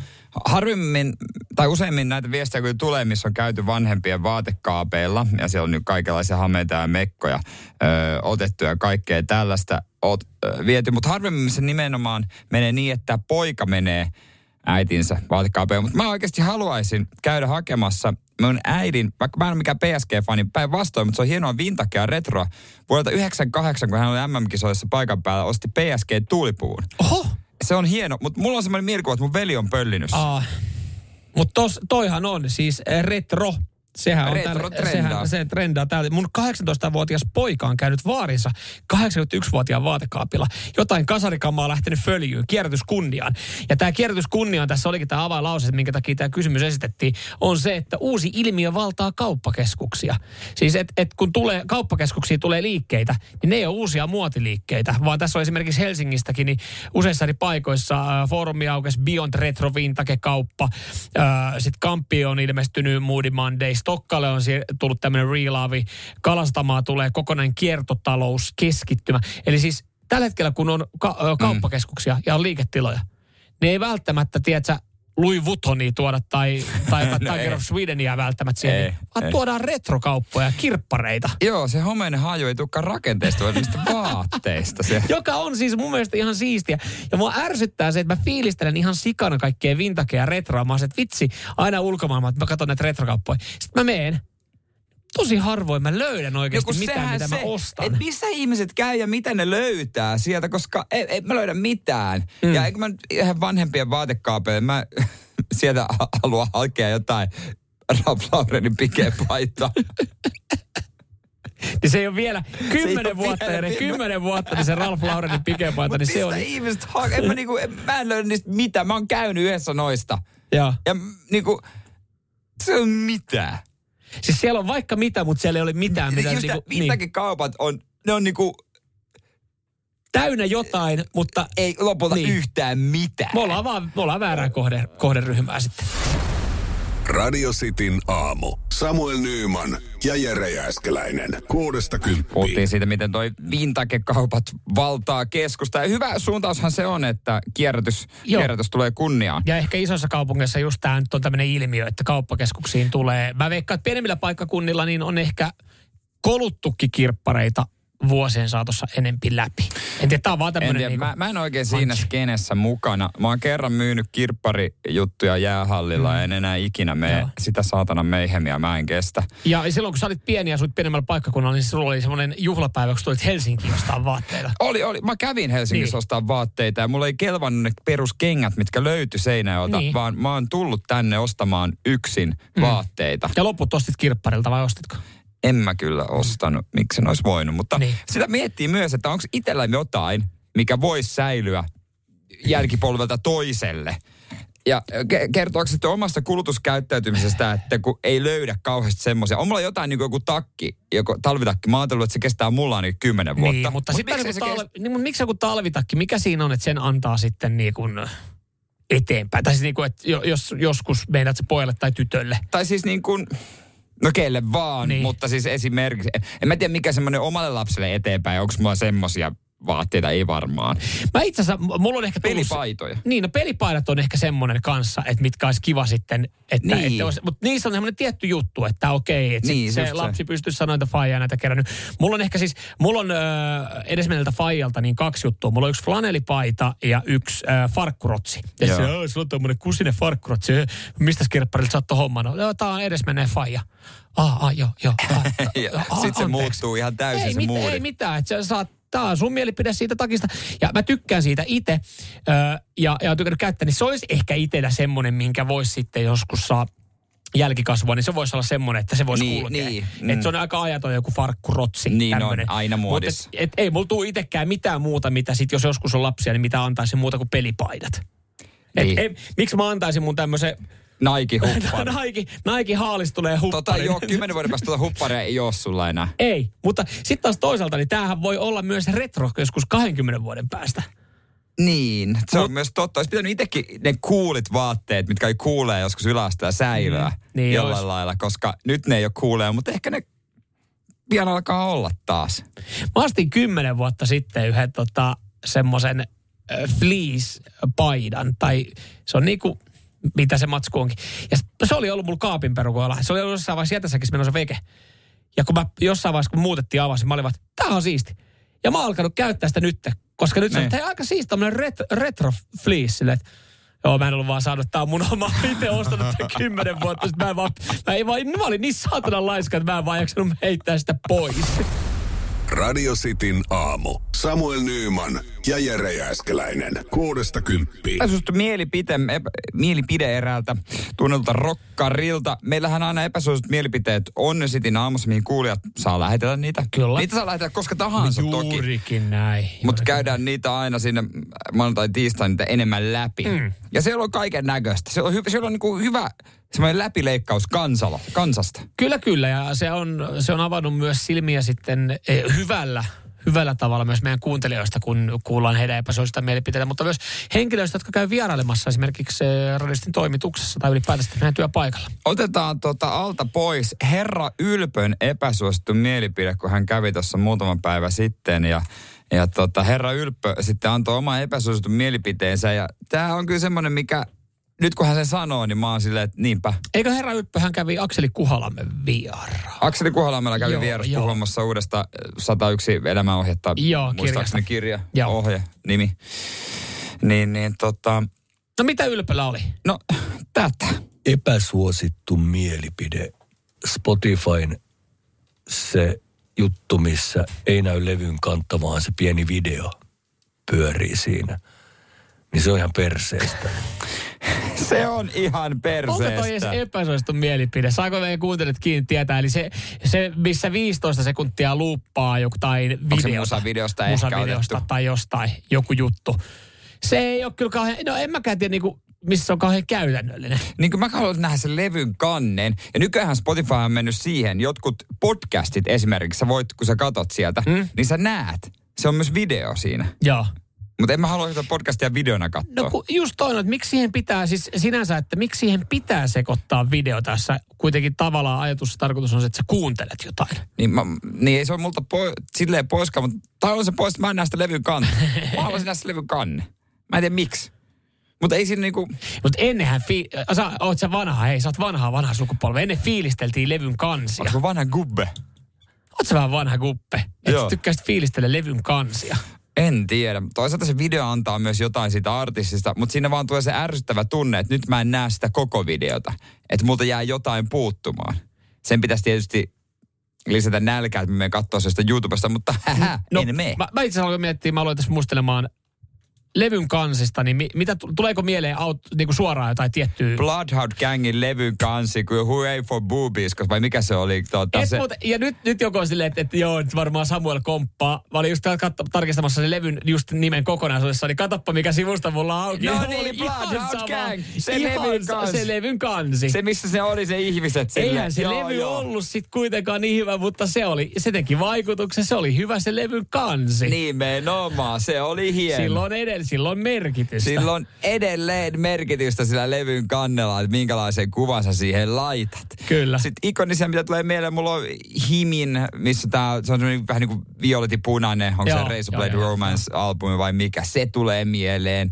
harvemmin tai useimmin näitä viestejä kun tulee, missä on käyty vanhempien vaatekaapeilla ja siellä on nyt kaikenlaisia hameita ja mekkoja ö, otettu ja kaikkea tällaista ot, ö, viety. Mutta harvemmin se nimenomaan menee niin, että poika menee äitinsä vaatekaapeilla. Mutta mä oikeasti haluaisin käydä hakemassa mun äidin, vaikka mä en ole mikään P S G-fani päinvastoin, mutta se on hienoa vintagea retroa. Vuodelta yhdeksänkymmentäkahdeksan, kun hän oli M M-kisoissa paikan päällä, osti P S G-tuulipuvun. Oho! Se on hieno, mutta mulla on semmoinen mielikuva, että mun veli on pöllinyt. Ah, mutta toihan on siis retro. Sehän on Retro täällä, sehän, se trendaa täällä. Mun kahdeksantoistavuotias poika on käynyt vaarinsa kahdeksankymmentäyksivuotiaan vaatekaapilla. Jotain kasarikammaa on lähtenyt följyyn, kierrätyskunniaan. Ja tämä kierrätyskunniaan, tässä olikin tämä avainlause, minkä takia tämä kysymys esitettiin, on se, että uusi ilmiö valtaa kauppakeskuksia. Siis että et kun tulee, kauppakeskuksiin tulee liikkeitä, niin ne ei ole uusia muotiliikkeitä, vaan tässä on esimerkiksi Helsingistäkin, niin useissa eri paikoissa äh, foorumi aukesi Beyond Retro Vintage-kauppa, äh, sitten Kamppi on ilmestynyt Moody Mondays, Stokkalle on tullut tämmöinen relaavi, Kalastamaa tulee kokonainen kiertotalous, keskittymä. Eli siis tällä hetkellä, kun on ka- kauppakeskuksia ja on liiketiloja, ne ei välttämättä, tiedätkö, Louis Vuittonia tuoda tai, tai no Tiger of Swedenia välttämättä siihen, ei, vaan ei. Tuodaan retrokauppoja, kirppareita. Joo, se homeinen haju ei tulekaan rakenteista, vaan niistä vaatteista. Se. Joka on siis mun mielestä ihan siistiä. Ja mua ärsyttää se, että mä fiilistelen ihan sikana kaikkea vintagea ja retroa. Mä oon se, että vitsi, aina ulkomailla, että mä katson näitä retrokauppoja. Sitten mä meen. Tosi harvoin mä löydän oikeasti no, mitään, mitä se, mä ostan. Et missä ihmiset käy ja mitä ne löytää sieltä, koska ei, ei mä löydä mitään. Mm. Ja eikö mä ihan vanhempien vaatekaapeille, mä sieltä haluan hakea jotain Ralph Laurenin pikepaita. Niin se ei ole vielä kymmenen vuotta, ja ne kymmenen vuotta, niin se Ralph Laurenin pikepaita, niin se on... Mutta ihmiset hakee, en mä niinku, mä en löydä niistä mitään, mä oon käynyt yhdessä noista. Ja, ja niinku, se on mitään. Siis siellä on vaikka mitä, mutta siellä ei ole mitään. Mitä, just niinku, mitäkin niin. Kaupat on, ne on niinku... täynnä jotain, mutta... ei lopulta niin. Yhtään mitään. Me ollaan vaan, me ollaan väärää kohde, kohderyhmää sitten. Radio Cityn aamu. Samuel Nyyman ja Jere Jääskeläinen. Kuudesta kymppiin. Puhuttiin siitä, miten toi vintage-kaupat valtaa keskusta. Ja hyvä suuntaushan se on, että kierrätys, kierrätys tulee kunniaan. Ja ehkä isoissa kaupungeissa just tämä nyt on tämmöinen ilmiö, että kauppakeskuksiin tulee. Mä veikkaan, että pienemmillä paikkakunnilla niin on ehkä koluttukin kirppareita vuosien saatossa enempi läpi. En tiedä, tää on vaan tämmönen... En niinku mä, mä en oikein siinä manchi. Skenessä mukana. Mä oon kerran myynyt kirpparijuttuja jäähallilla mm. ja en enää ikinä mene. Joo. Sitä saatana meihemiä mä en kestä. Ja silloin kun sä olit pieni ja sut pienemmällä paikkakunnalla, niin sulla oli semmoinen juhlapäivä, kun sä tulit Helsinkiin ostaa vaatteita. Oli, oli. Mä kävin Helsingissä niin. ostaa vaatteita ja mulla ei kelvannut ne peruskengät, mitkä löytyi Seinäjoelta, niin. vaan mä oon tullut tänne ostamaan yksin mm. vaatteita. Ja loput ostit kirpparilta vai ostitko? En mä kyllä ostanut, miksi en olisi voinut, mutta niin. Sitä miettii myös, että onko itsellä jotain, mikä voisi säilyä jälkipolvelta toiselle. Ja kertooko sitten omasta kulutuskäyttäytymisestä, että kun ei löydä kauheasti semmoisia. On mulla jotain niin kuin joku takki, joku talvitakki. Mä ajatellut, että se kestää mulla niin kymmenen vuotta. Niin, mutta, Mut sitten miksi, talvi, kest... niin, mutta miksi joku talvitakki, mikä siinä on, että sen antaa sitten niin kuin eteenpäin? Tai siis niin kuin, että jos joskus meidät se pojalle tai tytölle. Tai siis niin kuin... No kelle vaan, niin. Mutta siis esimerkiksi, en mä tiedä mikä semmoinen omalle lapselle eteenpäin, onko mulla semmoisia vaatteita, ei varmaan. Mä itse asiassa, mulla on ehkä tullut... Pelipaitoja. Niin, no pelipaidat on ehkä semmoinen kanssa, että mitkä olisi kiva sitten, että... Niin. että olisi, mutta niissä on semmoinen tietty juttu, että okei, että niin, se lapsi se. pystyisi sanoa, että faijaa näitä kerännyt. Mulla on ehkä siis, mulla on äh, edesmenneltä faijalta niin kaksi juttua. Mulla on yksi flanelipaita ja yksi äh, farkkurotsi. Ja joo. se, oh, sulla on tommoinen kusinen farkkurotsi. Mistä kirpparilta saattoi homman? No, tää on edesmenneen faija. Ah, ah, joo, joo. Ah, ah, sitten se muuttuu ihan täysin ei, se mit, moodi. Ei mitään, että sä saat... Tämä on sun mielipide siitä takista. Ja mä tykkään siitä itse. Öö, ja, ja on tykännyt käyttää. Niin se olisi ehkä itsellä semmoinen, minkä voisi sitten joskus saa jälkikasvua. Niin se voisi olla semmoinen, että se voisi niin, kulkea. Niin, että mm. se on aika ajaton joku farkkurotsi. Niin tämmönen. on, aina muodissa. Mutta et, et, ei mulla tule itsekään mitään muuta, mitä sit, jos joskus on lapsia, niin mitä antaisin muuta kuin pelipaidat. Niin. Et, ei, miksi mä antaisin mun tämmöisen... Nike-huppari. Nike, Nike haalis tulee huppari. Tota joo, kymmenen vuoden päästä tuota hupparia ei ole sulla enää. Ei, mutta sitten taas toisaalta, niin tämähän voi olla myös retro joskus kahdenkymmenen vuoden päästä. Niin, se on Mut, myös totta. Olisi pitänyt itsekin ne kuulit vaatteet, mitkä ei kuulee joskus ylästä ja säilöä mm, niin jollain olisi. lailla, koska nyt ne ei ole kuulee, mutta ehkä ne pian alkaa olla taas. Mä astin kymmenen vuotta sitten yhden tota, semmoisen äh, fleece-paidan, tai se on niinku, mitä se matsku onkin. Ja se oli ollut mulla kaapin perukoilla. Se oli ollut jossain vaiheessa jätässäkin menossa veke. Ja kun mä jossain vaiheessa, kun muutettiin avasin, mä olin vaan, tää on siisti. Ja mä oon alkanut käyttää sitä nyt, koska nyt se on, että aika siisti tämmönen ret, retro fleece, silleen, että joo, mä en ollut vaan saanut, tää on mun oma, itse ostanut tämän kymmenen vuotta, sit mä en vaan, mä, ei vaan, mä olin niin saatanan laiska, että mä en vaan jaksanut heittää sitä pois. Radio Cityn aamu. Samuel Nyyman ja Jere Jääskeläinen. Kuudesta kymppiin. Epäsuosittu mielipite, epä, mielipide eräältä tunnelta rokkarilta. Meillähän aina epäsuositut mielipiteet on Cityn aamussa, mihin kuulijat saa lähetellä niitä. Kyllä. Niitä saa lähetellä koska tahansa Juurikin toki. Juurikin näin. Mutta käydään niitä aina sinne maanantai tiistain niitä enemmän läpi. Mm. Ja siellä on kaiken näköistä. Siellä on, hy, siellä on niinku hyvä semmoinen läpileikkaus kansalo, kansasta. Kyllä, kyllä. Ja se on, se on avannut myös silmiä sitten eh, hyvällä, hyvällä tavalla myös meidän kuuntelijoista, kun kuullaan heidän epäsuosista mielipiteitä, mutta myös henkilöistä, jotka käy vierailemassa esimerkiksi Radistin toimituksessa tai ylipäätään meidän työpaikalla. Otetaan tuota alta pois Herra Ylpön epäsuosittu mielipide, kun hän kävi tuossa muutama päivä sitten ja Ja tota, Herra Ylppö sitten antoi oman epäsuositun mielipiteensä ja tämä on kyllä semmoinen, mikä nyt kun hän sen sanoo, niin mä oon silleen, että niinpä. Eikö Herra Ylppö, hän kävi Akseli Kuhalamme vieraan? Akseli Kuhalammella kävi vierassa puhumassa uudesta sata yksi elämänohjetta. Joo, muistaakseni kirja, joo. ohje, nimi. Niin, niin tota... No mitä Ylppöllä oli? No, tätä. Epäsuosittu mielipide. Spotifyn se juttu, missä ei näy levyn kantta, vaan se pieni video pyörii siinä. Niin se on ihan perseestä. Se on ihan perseestä. Onko toi edes epäsuosittu mielipide? Saako meidän kuuntelijat kiinni tietää? Eli se, se missä viisitoista sekuntia luuppaa joku tai videota. Onko se musavideosta ehkä musavideosta otettu? Tai jostain, joku juttu. Se ei ole kyllä kauhean, no en mäkään tiedä niinku, missä se on kauhean käytännöllinen. Niin kuin mä haluan nähdä sen levyn kannen. Ja nykyään Spotify on mennyt siihen. Jotkut podcastit esimerkiksi, sä voit, kun sä katot sieltä, hmm? niin sä näet. Se on myös video siinä. Joo. Mutta en mä halua sitä podcastia videona katsoa. No kun just toinen, että miksi siihen pitää, siis sinänsä, että miksi siihen pitää sekoittaa video tässä. Kuitenkin tavallaan ajatus, tarkoitus on se, että sä kuuntelet jotain. Niin, mä, niin ei se ole multa po, silleen poiskaan, mutta tai on se pois, että mä en näe sitä levyn kanne. Mä haluaisin nähdä sitä levyn kanne. Mä en tiedä miksi. Mutta ei siinä niinku... Mutta ennenhän, fi... sä, oot sä vanha, hei sä oot vanhaa, vanha sukupolve. Ennen fiilisteltiin levyn kansia. Ootko vanha gubbe? Oot sä vähän vanha guppe? Että tykkäisit fiilistellä levyn kansia. En tiedä. Toisaalta se video antaa myös jotain siitä artistista, mutta siinä vaan tulee se ärsyttävä tunne, että nyt mä en näe sitä koko videota. Että multa jää jotain puuttumaan. Sen pitäisi tietysti lisätä nälkää, että mä menen katsoa sitä YouTubesta, mutta hähä, no, en mene. Mä, mä itse asiassa aloin miettiä, mä aloin tässä muistelemaan levyn kansista, niin mitä, tuleeko mieleen aut, niin kuin suoraan jotain tiettyä? Bloodhound Gangin levyn kansi, kuin Hooray for Boobies, vai mikä se oli? Tuota, se... Muuta, ja nyt, nyt joku on silleen, että, että joo, nyt varmaan Samuel komppaa. Mä olin just katso, tarkistamassa sen levyn just nimen kokonaisuudessa, niin katsoppa mikä sivusta mulla on auki. No niin, Bloodhound Gang, se levyn kansi. Se levyn kansi. Se missä se oli se ihmiset sille. Eihän se joo, levy joo. ollut sit kuitenkaan niin hyvä, mutta se oli, se teki vaikutuksen, se oli hyvä se levyn kansi. Nimenomaan, se oli hieno. Silloin edellä, silloin merkitystä. Sillä on edelleen merkitystä sillä levyn kannella, että minkälaisen kuvan sä siihen laitat. Kyllä. Sitten ikonisia, mitä tulee mieleen, mulla on Himin, missä tää, se on vähän niin kuin violetipunainen, onko joo, se Razor Blade Romance-albumi vai mikä, se tulee mieleen.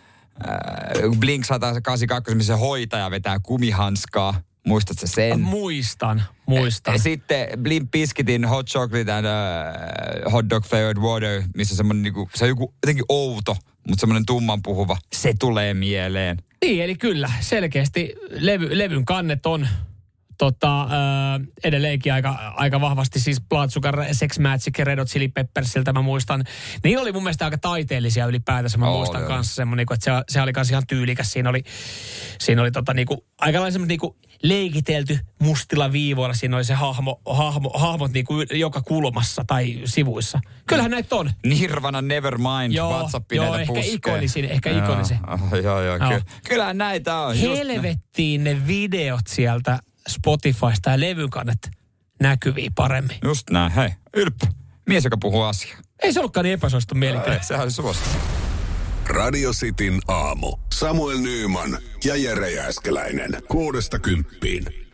Äh, Blink sata kahdeksankymmentäkaksi, missä se hoitaja vetää kumihanskaa. Muistatko sen? Muistan, muistan. Ja sitten Blimp Bizkitin Hot Chocolate and uh, Hot Dog Flavored Water, missä on semmoinen niinku, se on joku jotenkin outo, mutta semmoinen tumman puhuva. Se tulee mieleen. Niin, eli kyllä, selkeästi levy, levyn kannet on tota, äh, edelleenkin aika, aika vahvasti siis Blood Sugar, Sex Magic ja Red Hot Chili Peppersiltä mä muistan. Niin oli mun mielestä aika taiteellisia ylipäätänsä. Mä oh, muistan joo. kanssa semmoinen, että se, se oli kanssa ihan tyylikäs. Siinä oli, siinä oli tota niinku, aikalainen semmoinen niinku leikitelty mustilla viivoilla. Siinä oli se hahmo, hahmo, hahmot niinku joka kulmassa tai sivuissa. Kyllähän näitä on. Nirvana Nevermind, joo, WhatsApp joo, näitä ehkä puskee. ikonisin, ehkä joo, ikonisin. Oh, joo, joo, kyllä. Kyllähän näitä on. Helvettiin ne videot sieltä Spotifysta ja levykannet näkyviä paremmin. Just näin. Hei, Ylppö. Mies, joka puhuu asiaa. Ei se ollutkaan niin epäsuosittu mielipide. Sehän oli suosittu. Radio Cityn aamu. Samuel Nyyman ja Jere Jääskeläinen. Kuudesta kymppiin.